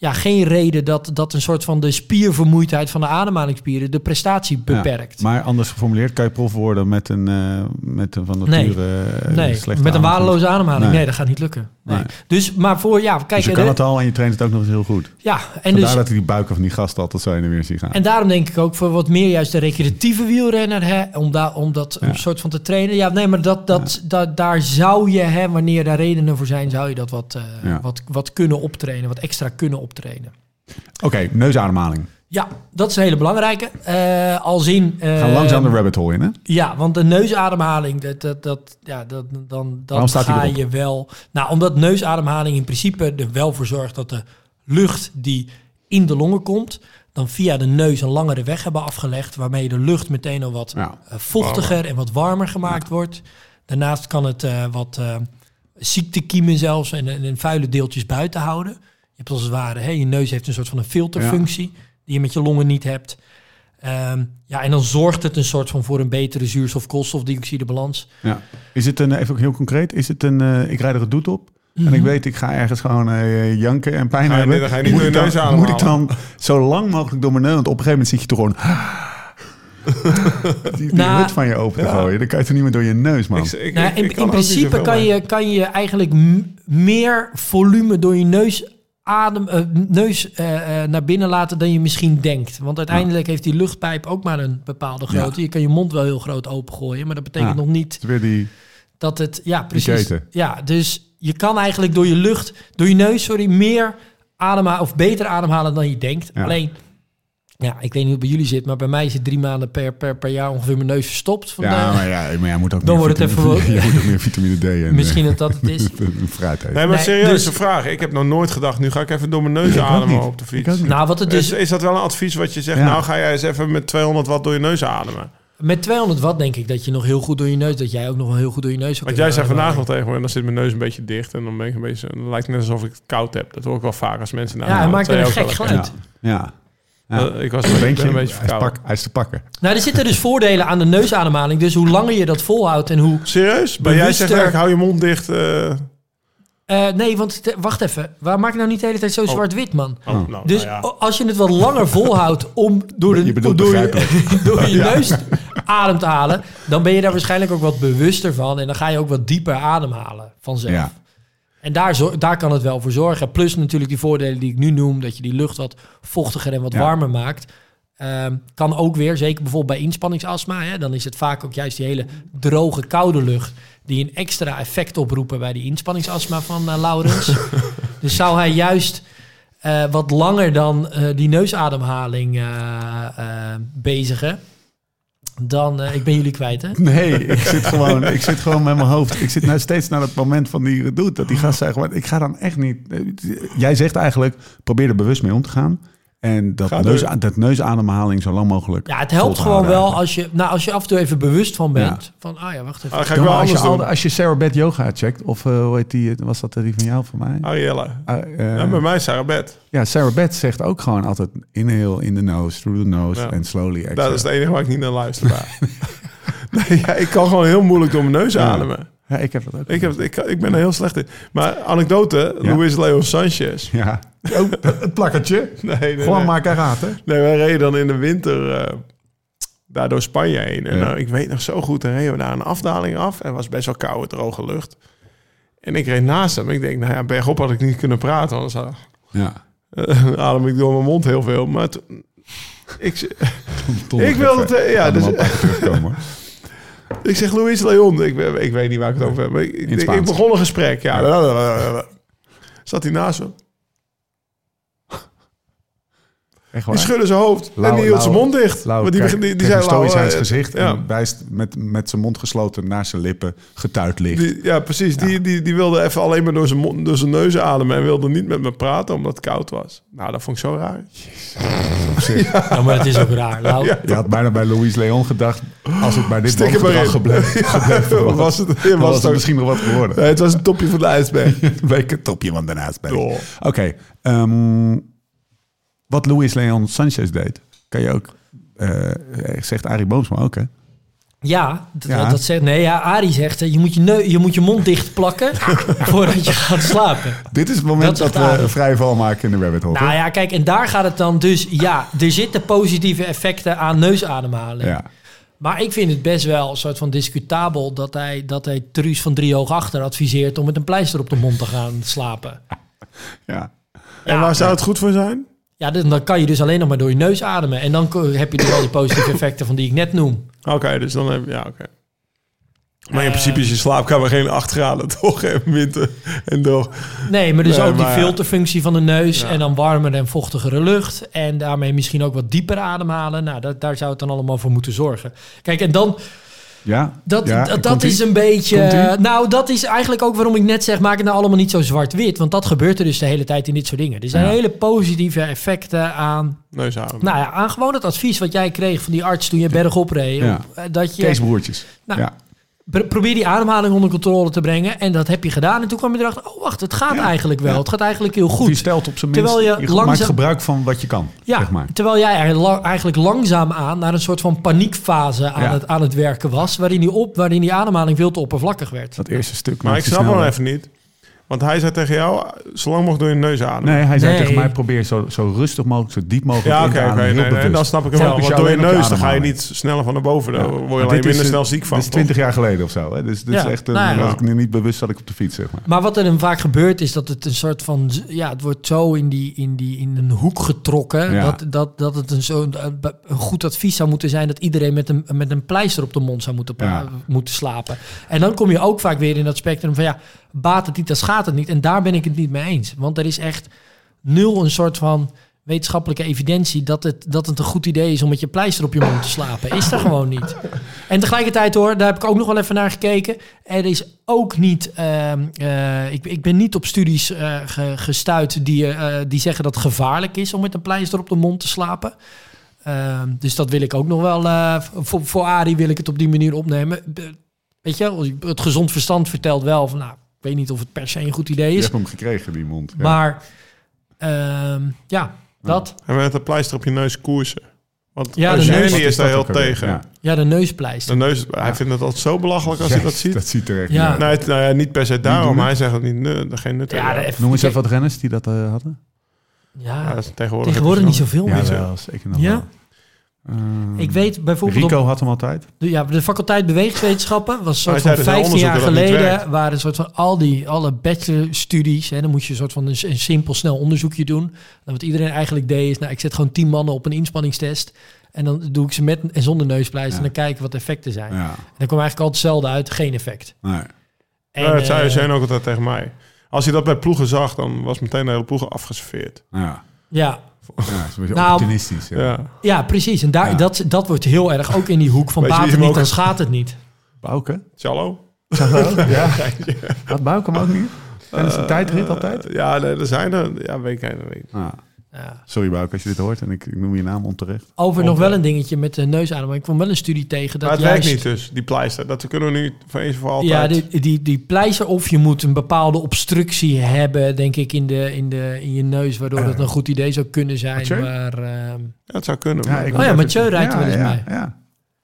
ja, geen reden dat, dat een soort van de spiervermoeidheid van de ademhalingsspieren de prestatie beperkt. Ja, maar anders geformuleerd, kan je prof worden met een, uh, met een van nature uh, nee, slechte met een waardeloze ademhaling. Nee. Nee. dat gaat niet lukken. Nee. Nee. Dus, maar voor, ja, kijk... Dus je kan de, het al en je traint het ook nog eens heel goed. Ja, en Vandaar dus... dat ik die buiken van die gasten altijd zo in de weer zie gaan. En daarom denk ik ook voor wat meer juist de recreatieve wielrenner, hè, om, da, om dat Ja. een soort van te trainen. Ja, nee, maar dat, dat, ja. dat, daar zou je, hè, wanneer daar redenen voor zijn, zou je dat wat, uh, Ja. wat, wat kunnen optrainen, wat extra kunnen optrainen. Oké, okay, neusademhaling. Ja, dat is een hele belangrijke. Uh, als in... Uh, Ga langzaam de rabbit hole in, hè? Ja, want de neusademhaling, dat, dat, dat, ja, dat, dan, dan ga je wel... Nou, omdat neusademhaling in principe er wel voor zorgt dat de lucht die in de longen komt, dan via de neus een langere weg hebben afgelegd, waarmee de lucht meteen al wat ja. uh, vochtiger en wat warmer gemaakt ja. wordt. Daarnaast kan het uh, wat uh, ziektekiemen zelfs en, en, en vuile deeltjes buiten houden. Je hebt als het ware, hè, je neus heeft een soort van een filterfunctie ja. die je met je longen niet hebt. Um, ja, en dan zorgt het een soort van voor een betere zuurstof-koolstofdioxidebalans. Ja. Is het een, even ook heel concreet, is het een, uh, ik rijd er het doet op mm-hmm. en ik weet, ik ga ergens gewoon uh, janken en pijn ga je, hebben. Dan ga je niet moet, door je ik neus dan, ademhalen. moet ik dan zo lang mogelijk door mijn neus, want op een gegeven moment zit je toch gewoon die, die nou, hut van je open te ja. gooien. Dan kan je toch niet meer door je neus, man. Ik, ik, nou, in in principe kan je, kan je eigenlijk m- meer volume door je neus adem, uh, neus uh, uh, naar binnen laten dan je misschien denkt. Want uiteindelijk ja. heeft die luchtpijp ook maar een bepaalde grootte. Ja. Je kan je mond wel heel groot opengooien, maar dat betekent ja. nog niet weer die, dat het... Ja, precies. Ja, dus je kan eigenlijk door je lucht, door je neus, sorry, meer ademhalen of beter ademhalen dan je denkt. Ja. Alleen, ja, ik weet niet hoe het bij jullie zit, maar bij mij is het drie maanden per, per, per jaar ongeveer mijn neus verstopt. Ja, de, maar ja, maar jij moet ook dan meer wordt het vitamine, even... je moet ook meer vitamine D en... Misschien dat dat het is. Fruit eten. Nee, maar nee, serieuze dus, vraag. Ik heb nog nooit gedacht, nu ga ik even door mijn neus ademen op de fiets. Nou, wat het dus, is, is dat wel een advies wat je zegt? Ja. Nou, ga jij eens even met tweehonderd watt door je neus ademen. Met tweehonderd watt denk ik dat je nog heel goed door je neus... dat jij ook nog wel heel goed door je neus... Want jij zei vandaag nog tegen me... en dan zit mijn neus een beetje dicht... en dan ben ik een beetje... dan lijkt het net alsof ik het koud heb. Dat hoor ik wel vaak als mensen... Nou, ja, hij nou, maakt een gek geluid. Ja, ja. Ja. Uh, ik was een, denk je, een beetje hij is, pak, hij is te pakken. Nou, er zitten dus voordelen aan de neusademhaling. Dus hoe langer je dat volhoudt en hoe... Serieus? Maar jij zegt eigenlijk, hou je mond dicht... Uh... Uh, nee, want te, wacht even. Waar maak je nou niet de hele tijd zo oh. zwart-wit, man? Oh, nou, dus nou ja. als je het wat langer volhoudt om door, de, je bedoelt door, je, door je neus ja. adem te halen, dan ben je daar waarschijnlijk ook wat bewuster van en dan ga je ook wat dieper ademhalen vanzelf. Ja. En daar, zo, daar kan het wel voor zorgen. Plus natuurlijk die voordelen die ik nu noem, dat je die lucht wat vochtiger en wat ja. warmer maakt. Um, kan ook weer, zeker bijvoorbeeld bij inspanningsastma, hè, dan is het vaak ook juist die hele droge, koude lucht die een extra effect oproepen bij die inspanningsastma van uh, Laurens. Dus zou hij juist uh, wat langer dan uh, die neusademhaling uh, uh, bezigen, dan... Uh, ik ben jullie kwijt, hè? Nee, ik zit gewoon, ik zit gewoon met mijn hoofd. Ik zit nou steeds naar dat moment van die doet dat die gast zegt, maar ik ga dan echt niet... Jij zegt eigenlijk, probeer er bewust mee om te gaan. En dat, neus, dat neusademhaling zo lang mogelijk. Ja, het helpt gewoon wel als je, nou, als je af en toe even bewust van bent. Ja. Van, ah ja, wacht even. Ah, ga ik wel als, je al, als je Sarah Beth Yoga checkt, of uh, hoe heet die, was dat die van jou, van mij? Arielle. Uh, uh, ja, bij mij Sarah Beth. Ja, Sarah Beth zegt ook gewoon altijd inhale in the nose, through the nose en ja. slowly exhale. Dat is het enige waar ik niet naar luister. nee, ja, ik kan gewoon heel moeilijk door mijn neus ja. ademen. Ja, ik heb dat ook. Ik, heb, ik, ik ben er heel slecht in. Maar anekdote, ja. Luis Leon Sanchez. Ja. Oh, het plakkertje. Nee, nee, Gewoon nee. maken raten. Nee, wij reden dan in de winter uh, daar door Spanje heen. En ja. nou, ik weet nog zo goed, dan reden we daar een afdaling af. En het was best wel koude, droge lucht. En ik reed naast hem. Ik denk, nou ja, bergop had ik niet kunnen praten. Anders had, ja. uh, adem ik door mijn mond heel veel. Maar to, ik, ik wilde het... Uh, ja, dus, ik zeg, Luis Leon, ik, ik weet niet waar ik het over heb. Maar ik, ik, ik begon een gesprek. Ja. ja. Zat hij naast me. Die schudde zijn hoofd Lau, en die hield zijn mond dicht. Lau, maar die, kijk, die, die, die zei stoïcijns uh, gezicht ja. en wijst met, met zijn mond gesloten naar zijn lippen getuit ligt. Die, ja, precies. Ja. Die, die, die wilde even alleen maar door zijn, mond, door zijn neus ademen en wilde niet met me praten omdat het koud was. Nou, dat vond ik zo raar. Jezus. Ja, ja, maar het is ook raar. Lau. Ja, je had bijna bij Luis Leon gedacht, als het bij dit woongedrag gebleven, gebleven was, was het, was, was het misschien nog wat geworden. Nee, het was een topje van de ijsberg. Een topje van de ijsberg. Oh. Oké, okay, um, wat Luis Leon Sanchez deed, kan je ook, uh, zegt Arie Boomsma ook, hè? Ja, dat, Ja. dat zegt... Nee, ja, Arie zegt, eh, je moet je, neu, je moet je mond dicht plakken voordat je gaat slapen. Dit is het moment Dat dat, zegt we Arie. een vrije val maken in de rabbit hole. Nou ja, kijk, en daar gaat het dan dus... Ja, er zitten positieve effecten aan neusademhaling. Ja. Maar ik vind het best wel een soort van discutabel... dat hij, dat hij Truus van Driehoog Achter adviseert... om met een pleister op de mond te gaan slapen. Ja. En waar zou het goed voor zijn? Ja, dan, dan kan je dus alleen nog maar door je neus ademen. En dan ko- heb je dus al die positieve effecten van die ik net noem. Oké, okay, dus dan heb je... Ja, oké. Okay. Maar in Uh, principe is je slaapkamer geen acht graden, toch? En winter en door. Nee, maar dus Nee, ook die maar ja. filterfunctie van de neus... Ja. en dan warmere en vochtigere lucht... en daarmee misschien ook wat dieper ademhalen. Nou, dat, daar zou het dan allemaal voor moeten zorgen. Kijk, en dan... Ja. Dat, ja. dat, dat Komt-ie? is een beetje... Komt-ie? Nou, dat is eigenlijk ook waarom ik net zeg... maak het nou allemaal niet zo zwart-wit. Want dat gebeurt er dus de hele tijd in dit soort dingen. Er zijn Ja. hele positieve effecten aan... Neusadem. Nou ja, aan gewoon het advies wat jij kreeg van die arts... toen je bergop reed. Ja. eh, Dat je... Keesbroertjes. Nou, ja. Pro- Probeer die ademhaling onder controle te brengen. En dat heb je gedaan. En toen kwam je erachter... oh, wacht, het gaat Ja. eigenlijk wel. Ja. Het gaat eigenlijk heel Of je goed. stelt op zijn Terwijl minst... je Je, langzaam- maakt gebruik van wat je kan, Ja, zeg maar. terwijl jij eigenlijk la- eigenlijk langzaam aan... naar een soort van paniekfase aan, Ja. het, aan het werken was... waarin die, op, waarin die ademhaling veel te oppervlakkig werd. Dat eerste stuk. Maar maakt ik je snap snel- wel even niet. Want hij zei tegen jou, zolang mogelijk door je neus ademen. Nee, hij zei Nee. tegen mij, probeer zo, zo rustig mogelijk, zo diep mogelijk Ja, in oké, te oké. ademen. nee, heel nee, bewust. dan snap ik hem Ja, wel. focus Want je door je alleen op je neus dan ga je ademhaling. niet sneller van naar boven. Daar Ja. word je Maar alleen dit is, minder eh, snel ziek van. Dit is twintig jaar geleden of zo. Hè? Dus dit Ja. is echt een, Nou ja. was ik nu niet bewust zat ik op de fiets, zeg maar. Maar wat er dan vaak gebeurt is dat het een soort van... ja, het wordt zo in, die, in, die, in een hoek getrokken... Ja. Dat, dat, dat het een, zo, een goed advies zou moeten zijn... dat iedereen met een, met een pleister op de mond zou moeten, pra- Ja. moeten slapen. En dan kom je ook vaak weer in dat spectrum van... ja, baat het niet, dan schaadt het niet. En daar ben ik het niet mee eens. Want er is echt nul een soort van wetenschappelijke evidentie... dat het, dat het een goed idee is om met je pleister op je mond te slapen. Is er gewoon niet. En tegelijkertijd hoor, daar heb ik ook nog wel even naar gekeken. Er is ook niet... ehm, eh, ik, ik ben niet op studies eh, ge- gestuurd die, eh, die zeggen dat het gevaarlijk is... om met een pleister op de mond te slapen. Ehm, dus dat wil ik ook nog wel... eh, voor, voor Arie wil ik het op die manier opnemen. Be- Weet je wel, het gezond verstand vertelt wel van... nou, ik weet niet of het per se een goed idee Je is. hebt hem gekregen, die mond. Ja. Maar ehm, ja, dat. En met een pleister op je neus koersen. Want Ja, ja, de neus- Eugenie is daar heel ook alweer? tegen. Ja. Ja, de neuspleister. De neus, hij vindt het altijd zo belachelijk als hij dat ziet. Dat ziet er echt Ja. niet uit. Nee, het- nou ja, niet per se daarom, doen maar het? hij zegt dat niet, nee, geen nut. Ja, hebben. de- Noem eens even wat renners die dat uh, hadden. Ja, Ja, dat is tegenwoordig, tegenwoordig niet zoveel Ja, meer. wel, zeker nog Ja? wel. Uh, Ik weet bijvoorbeeld... Rico op had hem altijd. de, ja, de faculteit bewegingswetenschappen was een Maar soort hij van zei dus vijftien jaar onderzoeken dat het niet geleden... werkt. waren een soort van al die alle bachelorstudies... Hè, dan moest je een soort van een, een simpel snel onderzoekje doen. En wat iedereen eigenlijk deed is... nou, ik zet gewoon tien mannen op een inspanningstest... en dan doe ik ze met en zonder neuspleister... Ja. en dan kijken wat de effecten zijn. Ja. En dan kwam eigenlijk altijd hetzelfde uit, geen effect. Nee. En, Ja, dat zei eh, Eugenie ook altijd tegen mij. Als hij dat bij ploegen zag, dan was meteen de hele ploegen afgeserveerd. Ja. ja, Ja, het is een beetje Nou, opportunistisch. Ja. Ja. ja, precies. En daar, Ja. dat, dat wordt heel erg ook in die hoek van Weet je baat wie het hem niet, ook- dan schaadt het niet. Bouke? Cello? Ja. Had Bouke hem ook niet? En is een tijdrit altijd? Uh, ja, nee, er zijn er. Ja, weet ik niet. Weet ik. Ah. Ja. Sorry Bouke als je dit hoort en ik, ik noem je naam onterecht. Over Op, nog wel eh, een dingetje met de neusademing. Ik kwam wel een studie tegen dat Maar het juist... werkt niet dus, die pleister. Dat kunnen we nu voor eens voor altijd. Ja, die, die, die pleister of je moet een bepaalde obstructie hebben, denk ik, in, de, in, de, in je neus, waardoor het een goed idee zou kunnen zijn. Mathieu? Maar, ehm, Ja, het zou kunnen. Ja, maar- ik Oh moet ja, even- Mathieu rijdt er wel eens ja, bij. Ja.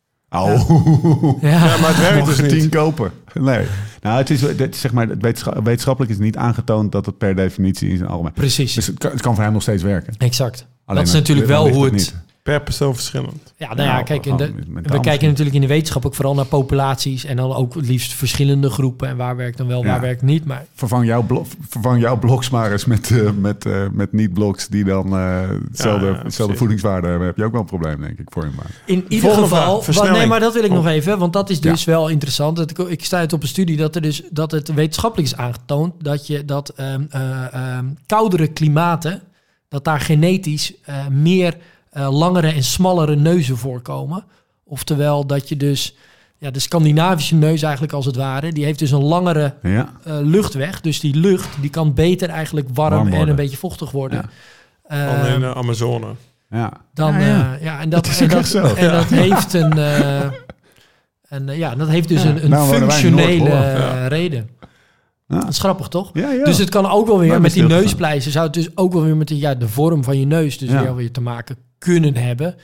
Oh. ja. Ja, maar het werkt Mag dus je tien niet. kopen? Nee. Nou, het is, het, zeg maar, het wetenschap- wetenschappelijk is niet aangetoond dat het per definitie in zijn algemeen... Precies, Dus het kan, het kan voor hem nog steeds werken. exact. Alleen dat is natuurlijk dan wel ligt hoe het... niet. Per persoon verschillend. Ja, nou ja, Nou, kijk, in de, gewoon mentaal we kijken misschien. natuurlijk in de wetenschap ook vooral naar populaties en dan ook het liefst verschillende groepen en waar werkt dan wel, waar Ja. werkt niet. Maar Vervang jouw, blo- vervang jouw bloks maar eens met, eh, met, eh, met niet-bloks die dan eh, hetzelfde, Ja, hetzelfde precies. voedingswaarde hebben. Heb je ook wel een probleem, denk ik, voor je maar. in ieder Volgende geval, vraag, wat, versnelling. nee, maar dat wil ik Oh. nog even, want dat is dus Ja. wel interessant. Dat ik, ik sta uit op een studie dat er dus dat het wetenschappelijk is aangetoond dat je dat ehm, eh, ehm, koudere klimaten, dat daar genetisch eh, meer eh, langere en smallere neuzen voorkomen. Oftewel dat je dus ja, de Scandinavische neus eigenlijk als het ware, die heeft dus een langere Ja, eh, luchtweg. Dus die lucht die kan beter eigenlijk warm, Warm en worden. een beetje vochtig worden. Ja. Eh, Dan in de Amazone. ja. dan, ja, ja, ja. ja, en dat, Dat is en ook dat, echt zo. en dat heeft een, eh, een, eh, ja, dat heeft dus Ja, een, een nou wonen wij in functionele Noord-Holland. eh, reden. Ja. Dat is grappig, toch? Ja, ja. Dus het kan ook wel weer Wij met die hebben neuspleister, zou het dus ook wel weer met de, ja, de vorm van je neus dus Ja. weer, weer te maken kunnen hebben.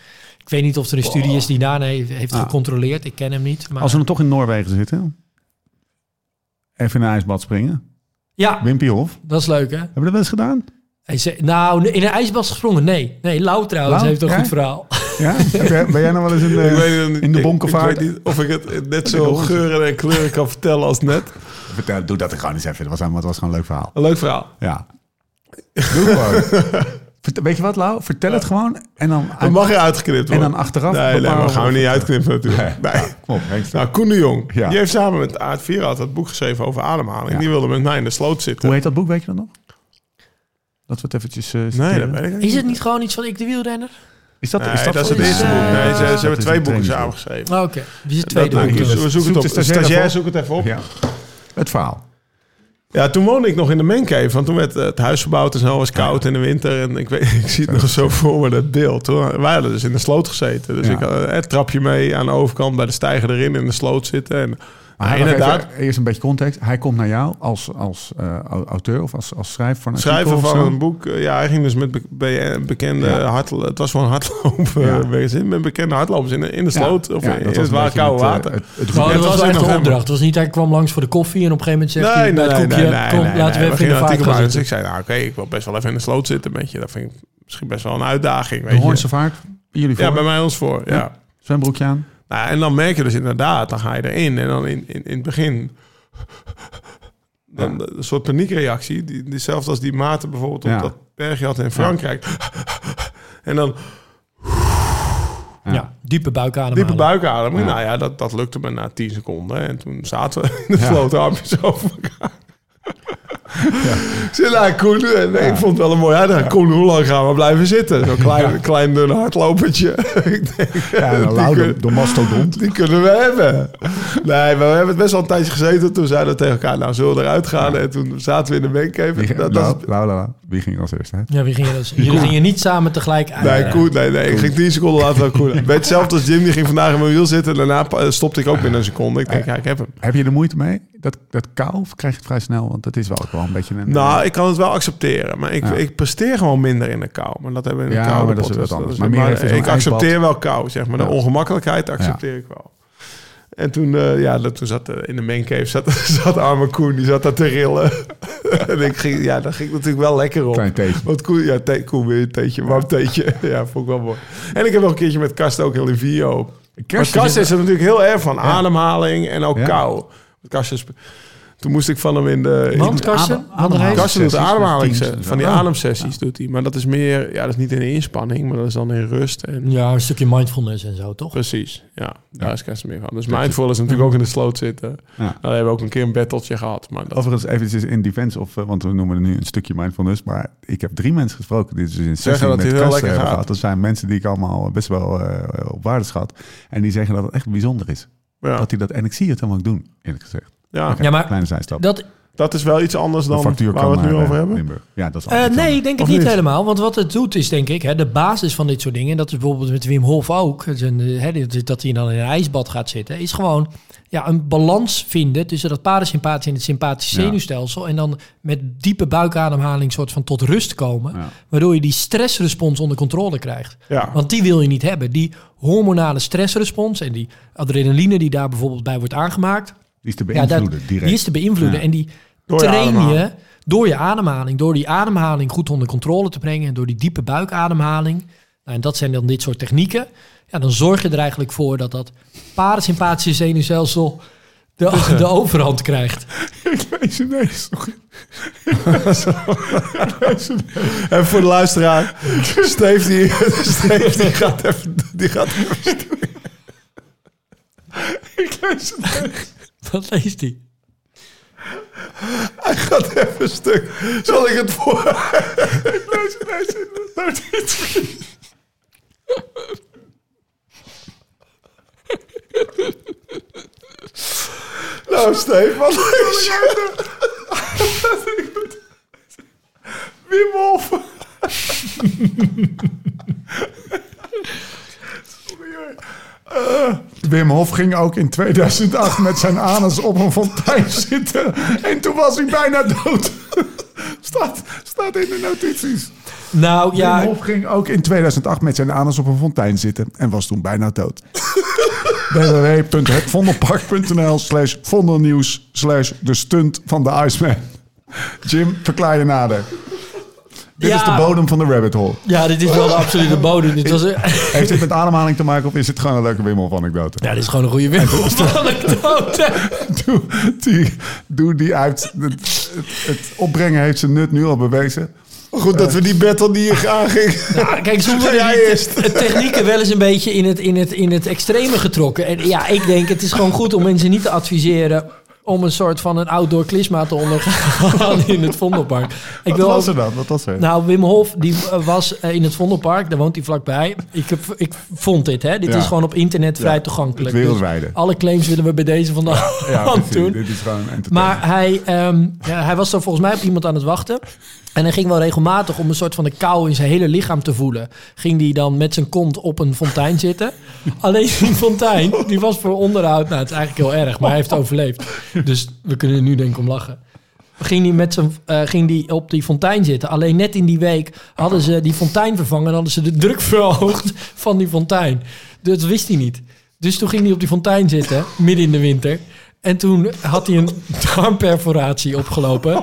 Ik weet niet of er een studie is die daarna heeft, heeft Ah. gecontroleerd. Ik ken hem niet. Maar... Als we dan toch in Noorwegen zitten, even in een ijsbad springen. Ja, Wimpy Hof. dat is leuk, hè? Hebben we dat wel eens gedaan? Hij zei, nou, in een ijsbad gesprongen? Nee. Nee, Lau trouwens Lau, heeft een ja? goed verhaal. Ja? Heb jij, ben jij nog wel eens in de, Ik weet het in de ik- bonkenvaart? Ik weet niet of ik het net zo geuren en kleuren kan vertellen als net. Vertel, doe dat gewoon eens even. Het was, het was gewoon een leuk verhaal. Een leuk verhaal. Ja. Doe gewoon. Vert- Weet je wat, Lau? Vertel het gewoon. En dan, Dat mag je uitgeknipt en worden. dan achteraf... Nee, nee, bepalen we gaan we niet of- uitknippen natuurlijk. Nee. Nee. Ja, kom op, Henk. Nou, Koen de Jong, Ja. die heeft samen met Aart Vierhout het boek geschreven over ademhaling. Ja. Die wilde met mij in de sloot zitten. Hoe heet dat boek, weet je dat nog? Dat we het eventjes uh, Nee, citeren. dat weet ik Is het niet gewoon iets van Ik de Wielrenner? Is dat, Nee, is dat, dat is het voor- eerste is, boek. eh, Nee, ze, ze dat hebben is twee een boeken trainingsboek. samengeschreven. Oh, Oké, wie is het tweede Dat- boek? nou, hier, dan? we zoek zoeken de het op. stagiair Stagiair, op. zoek het even op. Ja. Het verhaal. Ja, toen woonde ik nog in de mancave. Want toen werd het huis verbouwd en zo. Was koud in de winter. En ik, weet, ik zie het nog zo voor me, dat beeld. Toen, wij hadden dus in de sloot gezeten. Dus Ja. ik had het trapje mee aan de overkant bij de steiger erin in de sloot zitten. En Maar ja, wacht inderdaad, even, eerst een beetje context. Hij komt naar jou als, als uh, auteur of als, als schrijver van een schrijver artikel of van zo? een boek. eh, Ja, hij ging dus met be- be- bekende Ja. hardlopen. Het was gewoon hardlopen. Ja. Ja. Met bekende hardlopers in de, in de sloot. Ja, Of ja, in, dat in was het een waar beetje koude het, water. uh, het, het Nou, boek. dat was was wel in echt de november. opdracht. Het was niet, hij kwam langs voor de koffie en op een gegeven moment zegt hij Nee, bij nee, het nee, koekje, nee, nee, kom, nee, laten nee. we even in gingen de een vaart artikel gaan maken. Dus zitten. ik zei, nou oké, ik wil best wel even in de sloot zitten met je. Dat vind ik misschien best wel een uitdaging. Weet De je. Hoornse vaart, jullie voor. Ja, bij mij ons voor, ja. Ja. Zwembroekje aan. Nou, en dan merk je dus inderdaad, dan ga je erin. En dan in, in, in het begin... Dan, een soort paniekreactie. Die, diezelfde als die Maarten bijvoorbeeld op Ja. dat bergje had in Frankrijk. En dan Ja. Ja, diepe buikademhaling. diepe buikademing. Ja. Nou ja, dat, dat lukte me na tien seconden. En toen zaten we in de sloot armpjes over elkaar. Ik zei, nou, Koen, en ik vond het wel een mooi uitdaging. Koen, hoe lang gaan we blijven zitten? Zo'n klein, klein dun hardlopertje. Ik denk, Ja, die nou, Lau, kun- de, de mastodont. Die kunnen we hebben. Nee, maar we hebben het best wel een tijdje gezeten. Toen zeiden we tegen elkaar, nou, zullen we eruit gaan? En toen zaten we in de Wie, mancave. ging- Dat, dat Lau, is- Lau, Lau, Lau. Wie ging als eerste? Hè? Ja, wie gingen dus? Jullie gingen niet samen tegelijk uit. Nee, Koen, nee, nee. Ik ging tien seconden later wel Koen. Weet je, hetzelfde als Jim, die ging vandaag in mijn wiel zitten. En daarna pa- stopte ik ook binnen een seconde. Ik denk, ja, ik heb hem. Heb je er moeite mee? Dat, dat kou? Of krijg je het vrij snel? Want dat is wel, ook wel een beetje een... Nou, ik kan het wel accepteren. Maar ik, Ja. ik presteer gewoon minder in de kou. Maar dat hebben we in de Ja, kou. maar dat is wat anders. Maar Maar, meer even zo'n ik accepteer ijsbad. wel kou, zeg maar. De Ja. ongemakkelijkheid accepteer ik wel. En toen, uh, ja, dat, toen zat uh, in de mancave zat, zat arme Koen, die zat daar te rillen. En ik ging, ja, dat ging natuurlijk wel lekker op. Klein theetje. Want Koen, ja, thee, Koen weer een theetje, warm theetje. Ja, vond ik wel mooi. En ik heb nog een keertje met Karsten ook heel in video. Kerst Maar Karsten is er natuurlijk heel erg van Ja. ademhaling en ook Ja. kou. Karsten is- Toen moest ik van hem in de... in- Want Karsten? Adem- Wat er heeft? Karsten doet Sessies, ademhalings, teams en zo. van die Oh. ademsessies doet hij. Maar dat is meer, ja, dat is niet in inspanning, maar dat is dan in rust. En Ja, een stukje mindfulness en zo, toch? precies, ja, daar is Karsten meer van. Dus Ja. mindful is natuurlijk ook in de sloot zitten. Ja. Nou, we hebben ook een keer een battletje gehad. Maar dat, Overigens eventjes in defense, of, uh, want we noemen het nu een stukje mindfulness, maar ik heb drie mensen gesproken die dus in een sessie dat met het heel Karsten lekker hebben gaat. gehad. Dat zijn mensen die ik allemaal best wel uh, op waarde schat. En die zeggen dat het echt bijzonder is. ja, Dat hij dat, en ik zie het hem ook doen, eerlijk gezegd. ja, Oké, Ja, maar kleine zijstap. Dat, dat is wel iets anders De dan factuur waar kan we het nu naar, over uh, hebben. Limburg. Ja, dat is Eh, altijd nee, anders. ik denk Of het niet niet? helemaal. Want wat het doet is, denk ik, hè, de basis van dit soort dingen... en dat is bijvoorbeeld met Wim Hof ook... het is een, hè, dat hij dan in een ijsbad gaat zitten... is gewoon ja, een balans vinden tussen dat parasympathische en het sympathische Ja. zenuwstelsel... en dan met diepe buikademhaling soort van tot rust komen... Ja. waardoor je die stressrespons onder controle krijgt. Ja, Want die wil je niet hebben. Die hormonale stressrespons en die adrenaline die daar bijvoorbeeld bij wordt aangemaakt... Die is te Ja, dat, beïnvloeden, direct. die is te beïnvloeden. Ja. En die Door je train je ademhaling. door je ademhaling. Door die ademhaling goed onder controle te brengen. En door die diepe buikademhaling. Nou, en dat zijn dan dit soort technieken. Ja, dan zorg je er eigenlijk voor dat dat parasympathische zenuwstelsel de, de overhand krijgt. Ik lees ineens nog. en voor de luisteraar, Steve die, Steve die gaat even, die gaat even stuk. Ik lees het echt. Wat leest hij? Hij gaat even stuk. Zal ik het voor? Ik lees het lees het notitie. Nou, Steve, wat lees je? Wim Hof. Wim Hof ging ook in tweeduizend acht met zijn anus op een fontein zitten. En toen was hij bijna dood. Staat, staat in de notities. Nou ja, Wim Hof ging ook in tweeduizend acht met zijn anus op een fontein zitten en was toen bijna dood. w w w punt het vondelpark punt n l slash vondelnieuws slash de stunt van de Iceman. Jim, verklaar je nader. Dit Ja. is de bodem van de rabbit hole. ja, dit is wel de absolute bodem. Dit was, Heeft dit met ademhaling te maken of is het gewoon een leuke Wim Hof anekdote? ja, dit is gewoon een goede Wim Hof anekdote. Doe die, doe die uit. Het, het, het opbrengen heeft zijn nut nu al bewezen. Goed dat we die battle die je aanging. Ja, kijk, soms Ga worden jij die eerst. te- technieken wel eens een beetje in het, in, het, in het extreme getrokken. En ja, ik denk, het is gewoon goed om mensen niet te adviseren om een soort van een outdoor klisma te ondergaan in het Vondelpark. Ik Wat wil was ook- er dan? Wat was er? Nou, Wim Hof, die uh, was uh, in het Vondelpark. Daar woont hij vlakbij. Ik, heb, ik vond dit, hè. Dit Ja. is gewoon op internet vrij Ja, toegankelijk. het wereldwijde. Dus alle claims willen we bij deze van de ja, hand precies. doen. Dit is gewoon entertainment. Maar hij, ehm, ja, hij was er volgens mij op iemand aan het wachten. En hij ging wel regelmatig om een soort van de kou in zijn hele lichaam te voelen. Ging hij dan met zijn kont op een fontein zitten. Alleen die fontein, die was voor onderhoud. Nou, het is eigenlijk heel erg, maar hij heeft overleefd. Dus we kunnen er nu denk ik om lachen. Ging hij, met zijn, uh, ging hij op die fontein zitten. Alleen net in die week hadden ze die fontein vervangen. En hadden ze de druk verhoogd van die fontein. Dus dat wist hij niet. Dus toen ging hij op die fontein zitten, midden in de winter. En toen had hij een darmperforatie opgelopen.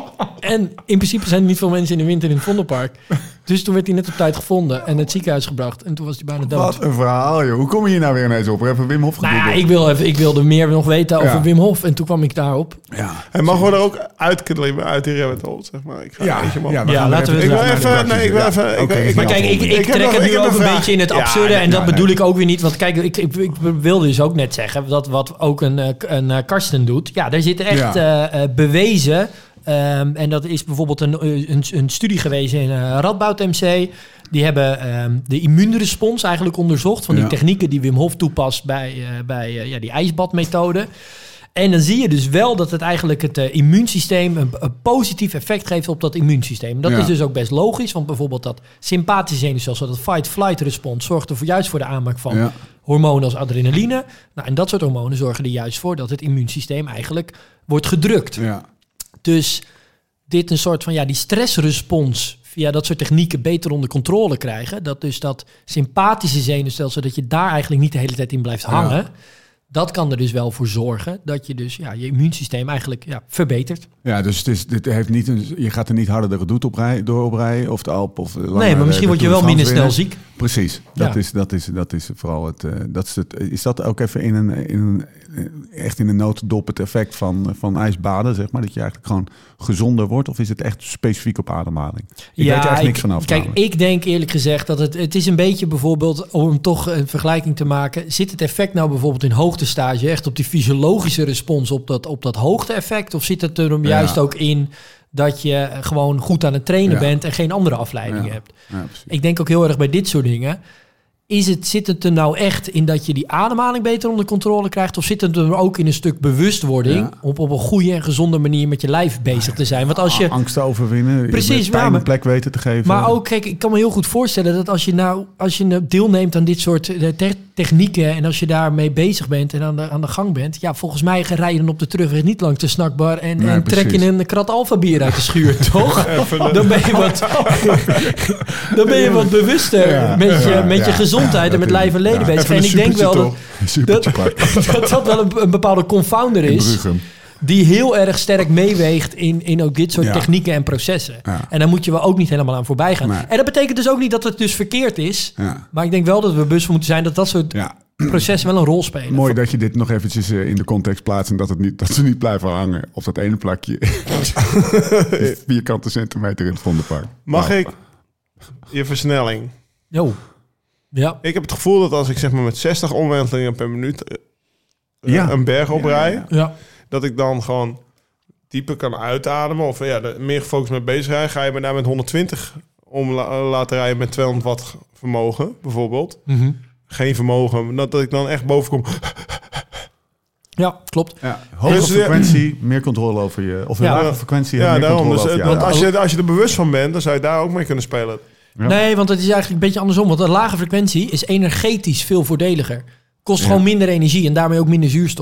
En in principe zijn er niet veel mensen in de winter in het Vondelpark. Dus toen werd hij net op tijd gevonden en naar het ziekenhuis gebracht. En toen was hij bijna dood. Wat een verhaal, joh. Hoe kom je hier nou weer ineens op? Even Wim Hof Nou ja, gegoogeld. ik, wil even, ik wilde meer nog weten over Ja. Wim Hof. En toen kwam ik daarop. Ja. En mag we er ook uitklimmen uit die rabbit hole, zeg maar. Ik ga Ja, een beetje omhoog. ja, Ja, gaan laten we even het Ik wil terug naar even, de nee, ik wil praktische. even... Ja. ik- Oké, ik- Maar snap kijk, het. ik, ik, Ik heb trek nog- het ik nu heb ook een een vraag. beetje in het Ja, absurde. en dat ja, bedoel nee. ik ook weer niet. Want kijk, ik, ik, ik wilde dus ook net zeggen... dat wat ook een, eh, een eh, Karsten doet. Ja, daar zit echt Ja. eh, eh, bewezen... Um, en dat is bijvoorbeeld een, een, een studie geweest in uh, Radboud M C. Die hebben um, de immuunrespons eigenlijk onderzocht... van die Ja. technieken die Wim Hof toepast bij, uh, bij uh, ja, die ijsbadmethode. En dan zie je dus wel dat het eigenlijk het uh, immuunsysteem... Een, een positief effect geeft op dat immuunsysteem. Dat Ja. is dus ook best logisch. Want bijvoorbeeld dat sympathische zenuwstelsel... dat fight-flight respons zorgt er voor, juist voor de aanmaak van... Ja. hormonen als adrenaline. Nou, en dat soort hormonen zorgen er juist voor... dat het immuunsysteem eigenlijk wordt gedrukt. Ja. Dus dit een soort van, ja, die stressrespons via dat soort technieken beter onder controle krijgen. Dat dus dat sympathische zenuwstelsel, dat je daar eigenlijk niet de hele tijd in blijft hangen. Ja. Dat kan er dus wel voor zorgen dat je dus ja, je immuunsysteem eigenlijk ja, verbetert. Ja, dus het is, dit heeft niet een, je gaat er niet harder de redoute op rij, door op rijden of de Alp. Of langer Nee, maar de- misschien de word je Tour wel de minder France snel winnen. ziek. Precies, dat, Ja. is, dat, is, dat is vooral het, uh, dat is het. Is dat ook even in een, in een echt in een notendop het effect van, van ijsbaden, zeg maar? Dat je eigenlijk gewoon gezonder wordt? Of is het echt specifiek op ademhaling? Ik weet er echt niks vanaf. Kijk, namelijk. ik denk eerlijk gezegd dat het, het is een beetje bijvoorbeeld, om toch een vergelijking te maken, zit het effect nou bijvoorbeeld in hoogtestage echt op die fysiologische respons op dat, op dat hoogte-effect? Of zit het er hem Ja. juist ook in dat je gewoon goed aan het trainen Ja. bent en geen andere afleidingen Ja. hebt? Ja, precies. Ik denk ook heel erg bij dit soort dingen. Is het, zit het er nou echt in dat je die ademhaling beter onder controle krijgt? Of zit het er ook in een stuk bewustwording Ja. om op een goede en gezonde manier met je lijf bezig te zijn? Want als je... Angst overwinnen, Precies, pijn ja, maar- een plek weten te geven. Maar ook, kijk, ik kan me heel goed voorstellen dat als je nou, als je nou deelneemt aan dit soort eh, te- technieken en als je daarmee bezig bent en aan de, aan de gang bent, ja, volgens mij rij je dan op de terugweg niet langs de snackbar en, Nee, en trek je precies. een krat Alpha bier uit de schuur, toch? Even de- Dan ben je wat, dan ben je wat bewuster Ja, met je, ja, met je ja. gezondheid en Dat met is- lijf en leden ja. bezig. Even En een ik denk wel dat, Supertje pak. dat dat wel een, een bepaalde confounder In is Bruchem. die heel erg sterk meeweegt in, in ook dit soort Ja. technieken en processen. Ja. En daar moet je wel ook niet helemaal aan voorbij gaan. Nee. En dat betekent dus ook niet dat het dus verkeerd is. Ja. Maar ik denk wel dat we bewust van moeten zijn dat dat soort Ja. processen wel een rol spelen. Mooi dat je dit nog eventjes eh, in de context plaatst en dat, het niet, dat ze niet blijven hangen op dat ene plakje. Die vierkante centimeter in het Vondelpark. Mag Wauw. ik je versnelling? Jo. Ja. Ik heb het gevoel dat als ik zeg maar met zestig omwentelingen per minuut eh, Ja. een berg oprij, Ja, ja, Ja. dat ik dan gewoon dieper kan uitademen. Of ja, er meer gefocust mee bezig rijden. Ga je me daar met honderdtwintig om la- laten rijden met tweehonderd watt vermogen, bijvoorbeeld. Mhm. Geen vermogen. Dat, dat ik dan echt boven kom. Ja, klopt. Ja. Hogere Dus, eh, frequentie, meer controle over je... Of een Ja. lage frequentie, Ja, meer daarom. controle Dus, over eh, je want adem. als je, als je er bewust van bent, dan zou je daar ook mee kunnen spelen. Ja. Nee, want het is eigenlijk een beetje andersom. Want een lage frequentie is energetisch veel voordeliger. Kost Ja. gewoon minder energie en daarmee ook minder zuurstof.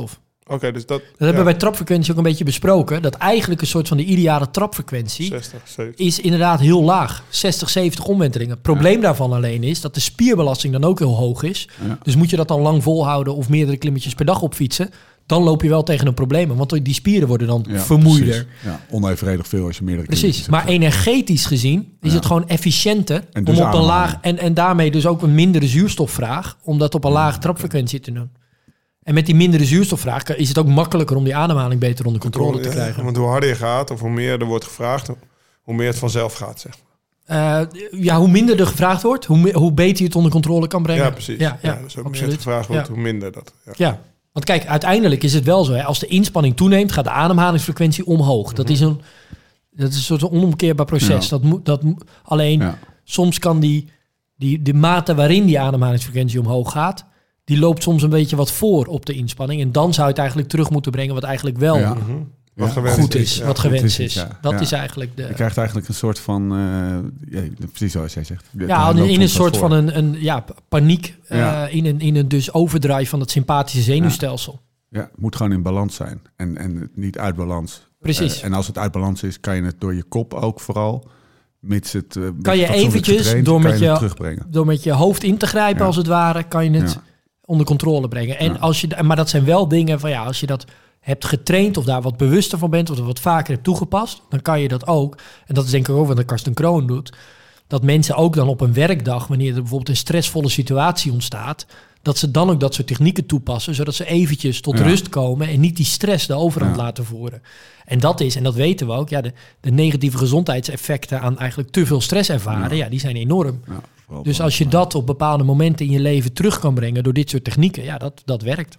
Oké, okay, dus dat... Dat hebben ja. we bij trapfrequentie ook een beetje besproken. Dat eigenlijk een soort van de ideale trapfrequentie... zestig, zeventig is inderdaad heel laag. zestig, zeventig omwentelingen. Het probleem ja. daarvan alleen is dat de spierbelasting dan ook heel hoog is. Ja. Dus moet je dat dan lang volhouden of meerdere klimmetjes per dag opfietsen... dan loop je wel tegen een probleem. Want die spieren worden dan ja, vermoeider. Ja, onevenredig veel als je meerdere Precies, maar energetisch gezien is ja. het gewoon efficiënter... En dus om op een laag en, en daarmee dus ook een mindere zuurstofvraag... om dat op een lage trapfrequentie te doen. En met die mindere zuurstofvraag is het ook makkelijker om die ademhaling beter onder controle te krijgen. Ja, want hoe harder je gaat of hoe meer er wordt gevraagd, hoe meer het vanzelf gaat, zeg maar. Uh, ja, hoe minder er gevraagd wordt, hoe, me- hoe beter je het onder controle kan brengen. Ja, precies. Ja, ja, ja, dus hoe meer het gevraagd wordt, ja. hoe minder dat. Ja. ja, want kijk, uiteindelijk is het wel zo. Hè, als de inspanning toeneemt, gaat de ademhalingsfrequentie omhoog. Mm-hmm. Dat is een, dat is een soort onomkeerbaar proces. Ja. Dat moet, dat moet, alleen, ja. soms kan die, die, de mate waarin die ademhalingsfrequentie omhoog gaat... die loopt soms een beetje wat voor op de inspanning. En dan zou je het eigenlijk terug moeten brengen... wat eigenlijk wel ja. mm-hmm. wat ja. goed is, is ja. wat gewenst is. Ja. Dat ja. is eigenlijk de... Je krijgt eigenlijk een soort van... Uh, ja, precies zoals jij zegt. Ja, in, in een soort voor. van een, een ja, paniek... Ja. Uh, in, een, in een dus overdrive van het sympathische zenuwstelsel. Ja, ja, het moet gewoon in balans zijn. En, en niet uit balans. Precies. Uh, en als het uit balans is... kan je het door je kop ook vooral... mits het uh, kan je eventjes getraind, door, met je, je terugbrengen. door met je hoofd in te grijpen... Ja. als het ware, kan je het... Ja. onder controle brengen. En ja. als je, maar dat zijn wel dingen van ja, als je dat hebt getraind of daar wat bewuster van bent of er wat vaker hebt toegepast, dan kan je dat ook. En dat is denk ik ook wat Karsten Kroon doet. Dat mensen ook dan op een werkdag, wanneer er bijvoorbeeld een stressvolle situatie ontstaat, dat ze dan ook dat soort technieken toepassen, zodat ze eventjes tot ja. rust komen en niet die stress de overhand ja. laten voeren. En dat is, en dat weten we ook, ja, de, de negatieve gezondheidseffecten aan eigenlijk te veel stress ervaren, ja, ja die zijn enorm. Ja. Dus als je dat op bepaalde momenten in je leven terug kan brengen door dit soort technieken, ja, dat, dat werkt.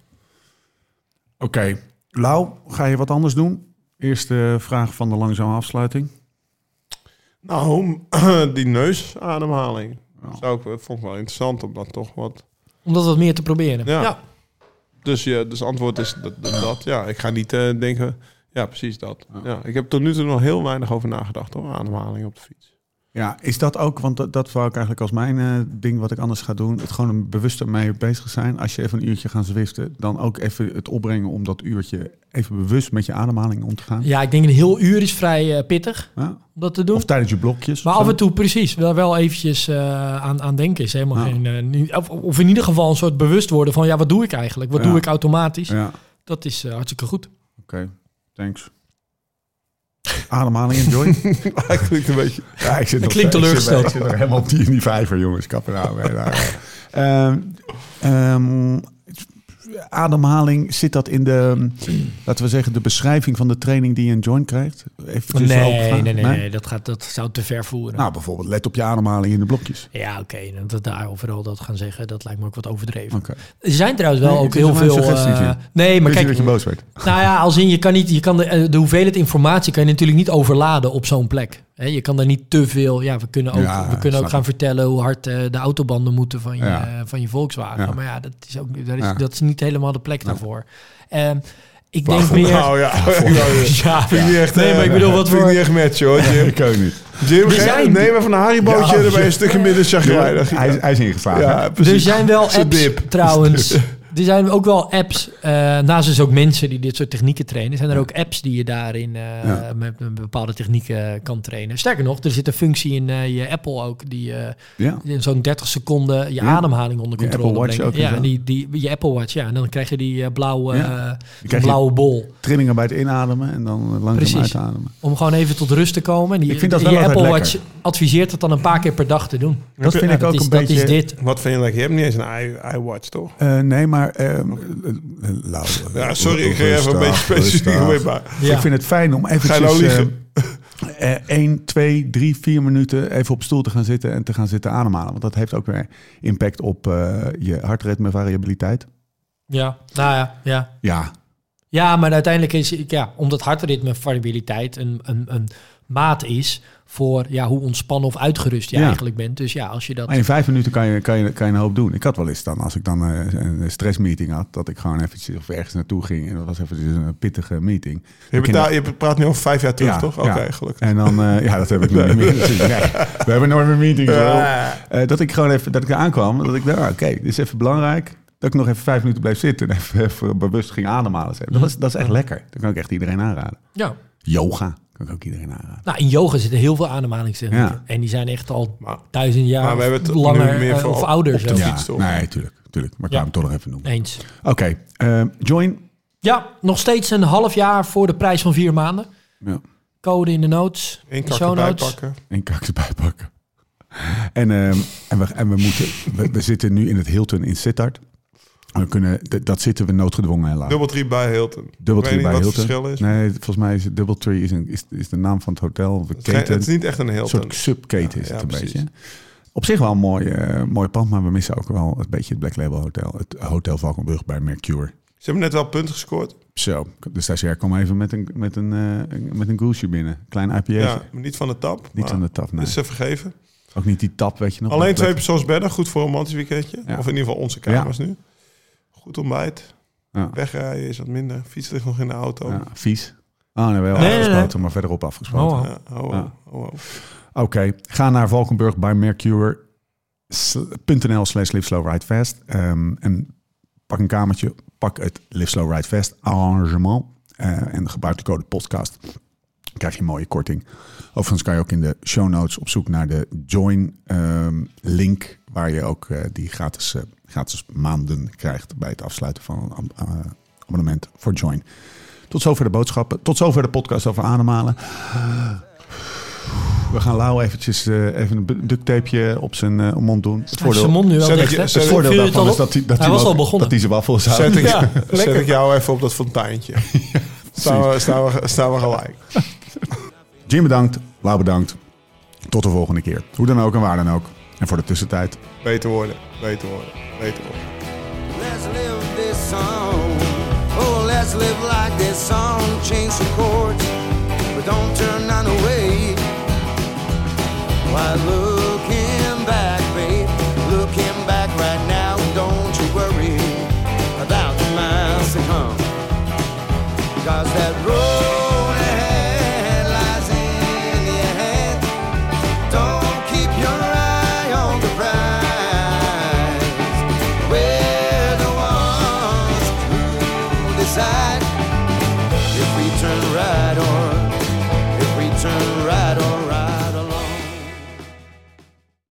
Oké. Okay. Lau, ga je wat anders doen? Eerste vraag van de langzame afsluiting. Nou, die neusademhaling. Oh. Zou ik, vond ik wel interessant om dat toch wat... Om dat wat meer te proberen. Ja. ja. Dus, ja, dus antwoord is dat, dat, dat. Ja, ik ga niet uh, denken... Ja, precies dat. Oh. Ja, ik heb tot nu toe nog heel weinig over nagedacht, hoor. Ademhaling op de fiets. Ja, is dat ook, want dat, dat wou ik eigenlijk als mijn uh, ding wat ik anders ga doen. Het gewoon een bewuster mee bezig zijn. Als je even een uurtje gaat zwiften, dan ook even het opbrengen om dat uurtje even bewust met je ademhaling om te gaan. Ja, ik denk een heel uur is vrij uh, pittig ja. om dat te doen. Of tijdens je blokjes. Maar af en toe precies, wel, wel eventjes uh, aan, aan denken is helemaal ja. geen... Uh, niet, of, of in ieder geval een soort bewust worden van ja, wat doe ik eigenlijk? Wat ja. doe ik automatisch? Ja. Dat is uh, hartstikke goed. Oké, okay. Thanks. Ademhaling, enjoy. Hij klinkt een beetje... Ja, ik zit nog, klinkt teleurgesteld. Ik zit er helemaal op die, in die vijver, jongens. Kappen nou. um, um, ademhaling, zit dat in de, laten we zeggen, de beschrijving van de training die je in Join krijgt? Even nee, nee, nee, nee, nee, dat, gaat, dat zou te ver voeren. Nou, bijvoorbeeld let op je ademhaling in de blokjes. Ja, oké. Okay, dat daar overal dat gaan zeggen, dat lijkt me ook wat overdreven. Okay. Er zijn trouwens wel nee, ook heel veel... Uh, nee, maar kijk... dat je boos werd. Nou ja, als in, je kan niet, je kan de, de hoeveelheid informatie kan je natuurlijk niet overladen op zo'n plek. He, je kan daar niet te veel... Ja, we kunnen ook, ja, we kunnen ook gaan vertellen hoe hard uh, de autobanden moeten van je, ja. uh, van je Volkswagen. Ja. Maar ja, dat is, ook, dat, is, ja. dat is niet helemaal de plek ja. daarvoor. Um, ik denk Waarvoor? meer... Nou ja, ja, vind ik niet echt... Nee, maar ik bedoel, wat voor... voor... niet echt match, hoor, Jim. Ik ook niet. Jim, zijn... neem even een Haribootje, ja, dan ben je een stukje minder chagrijnig. Hij, hij is ingeslagen. Ja, er zijn wel apps, trouwens... Er zijn ook wel apps, uh, naast dus ook mensen die dit soort technieken trainen, zijn er ook apps die je daarin uh, ja. met, met bepaalde technieken kan trainen. Sterker nog, er zit een functie in uh, je Apple ook, die uh, ja. in zo'n dertig seconden je ja. ademhaling onder controle brengt. Ook ja, die, die, je Apple Watch, ja. En dan krijg je die uh, blauwe, ja. uh, blauwe bol. Trillingen bij het inademen en dan langzaam Precies. uitademen. Om gewoon even tot rust te komen. En die, ik vind dat je wel Apple lekker. Watch adviseert het dan een paar keer per dag te doen. Dat vind ja, ik ook is, een beetje... Dat is dit. Wat vind je lekker? Je hebt niet eens een iWatch, toch? Uh, nee, maar... Uh, La, ja, sorry, ik ga even een beetje specifiek. Ja. Ik vind het fijn om eventjes uh, uh, één, twee, drie, vier minuten even op stoel te gaan zitten en te gaan zitten ademhalen. Want dat heeft ook weer impact op uh, je hartritme variabiliteit. Ja, nou ja, ja. Ja, ja maar uiteindelijk is, ja, omdat hartritme variabiliteit een, een, een maat is voor ja, hoe ontspannen of uitgerust je ja. eigenlijk bent. Dus ja, als je dat... Maar in vijf minuten kan je, kan, je, kan je een hoop doen. Ik had wel eens dan, als ik dan uh, een stressmeeting had, dat ik gewoon eventjes of ergens naartoe ging. En dat was even een pittige meeting. Je, betaal, je praat nu over vijf jaar terug, ja, toch? Oké, okay, ja. gelukkig. En dan, uh, ja, dat heb ik nu niet meer. Dus, nee, we hebben nooit meer meetings. Ja. Uh, dat ik gewoon even, dat ik er aankwam, dat ik dacht, oké, okay, dit is even belangrijk. dat ik nog even vijf minuten bleef zitten en even, even bewust ging ademhalen. Dat, was, dat is echt lekker. Dat kan ik echt iedereen aanraden. Ja. Yoga kan ik ook iedereen aanraden. Nou, in yoga zitten heel veel ademhalingstechnieken. Ja. En die zijn echt al Maar- duizend jaar maar we hebben het nu langer meer uh, voor of op- ouder op de zelfs. fiets. toch? Nee, tuurlijk. tuurlijk. Maar ik Ja. ga hem toch nog even noemen. Eens. Oké, okay, uh, Join. Ja, nog steeds een half jaar voor de prijs van vier maanden. Ja. Code in de notes. Eén de kak show erbij notes. pakken. En kak erbij pakken. En, uh, en, we, en we, moeten, we, we zitten nu in het Hilton in Sittard. We kunnen, d- dat zitten we noodgedwongen helaas. Doubletree bij Hilton. Doubletree Ik weet bij niet wat het Hilton. verschil is. Nee, volgens mij is het Doubletree is, een, is, is de naam van het hotel. De Het is, geen- keten. het is niet echt een Een Hilton. soort subketen Ja, is ja, het een precies. beetje. Op zich wel een mooi, uh, mooi pand, maar we missen ook wel een beetje het Black Label Hotel. Het Hotel Valkenburg bij Mercure. Ze hebben net wel punten gescoord. Zo, de stagiair kwam even met een, met een, uh, met een goosje binnen. Klein I P A's. Ja, maar niet van de tap. Niet maar van de tap, nee. Is ze vergeven. Ook niet die tap, weet je nog. Alleen Dat- twee persoonsbedden. Goed voor een romantisch weekendje. Ja. Of in ieder geval onze kamers nu. Goed ontbijt. Ja. Wegrijden is wat minder. Fiets ligt nog in de auto. Ja, vies. Oh, nee, wel Nee, nee, afgesproken, nee. maar verderop afgesproken. Oh, Ja, oh, oh, Ja. oh, oh. Oké, okay. Ga naar Valkenburg bij Mercure punt n l slash Live Slow Ride Fast. Um, en pak een kamertje, pak het Live Slow Ride Fast arrangement uh, en gebruik de code podcast. Dan krijg je een mooie korting. Overigens kan je ook in de show notes op zoek naar de Join um, link, waar je ook uh, die gratis, uh, gratis maanden krijgt bij het afsluiten van een uh, abonnement voor Join. Tot zover de boodschappen. Tot zover de podcast over ademhalen. We gaan Lau eventjes uh, even een ducttapeje op zijn uh, mond doen. Het Hij is zijn mond nu wel Zet dicht, ik- hè? zet Het ik- voordeel Viel je het daarvan al is op? dat hij, dat Hij hij, was wat- al begonnen. dat hij zijn waffels houdt. Zet ik, Ja, zet lekker. ik jou even op dat fonteintje. staan, we, staan, we, staan we gelijk. Jim bedankt, Lau bedankt. Tot de volgende keer. Hoe dan ook en waar dan ook. En voor de tussentijd. Beter worden, beter worden, beter worden. Let's live this song. Oh, let's live like this song. Change the chords, but don't turn none away. Why, looking back, babe, looking back right now. Don't you worry about the miles to come. Cause that road ahead lies in your head. Don't keep your eye on the prize. We're the ones who decide if we turn right.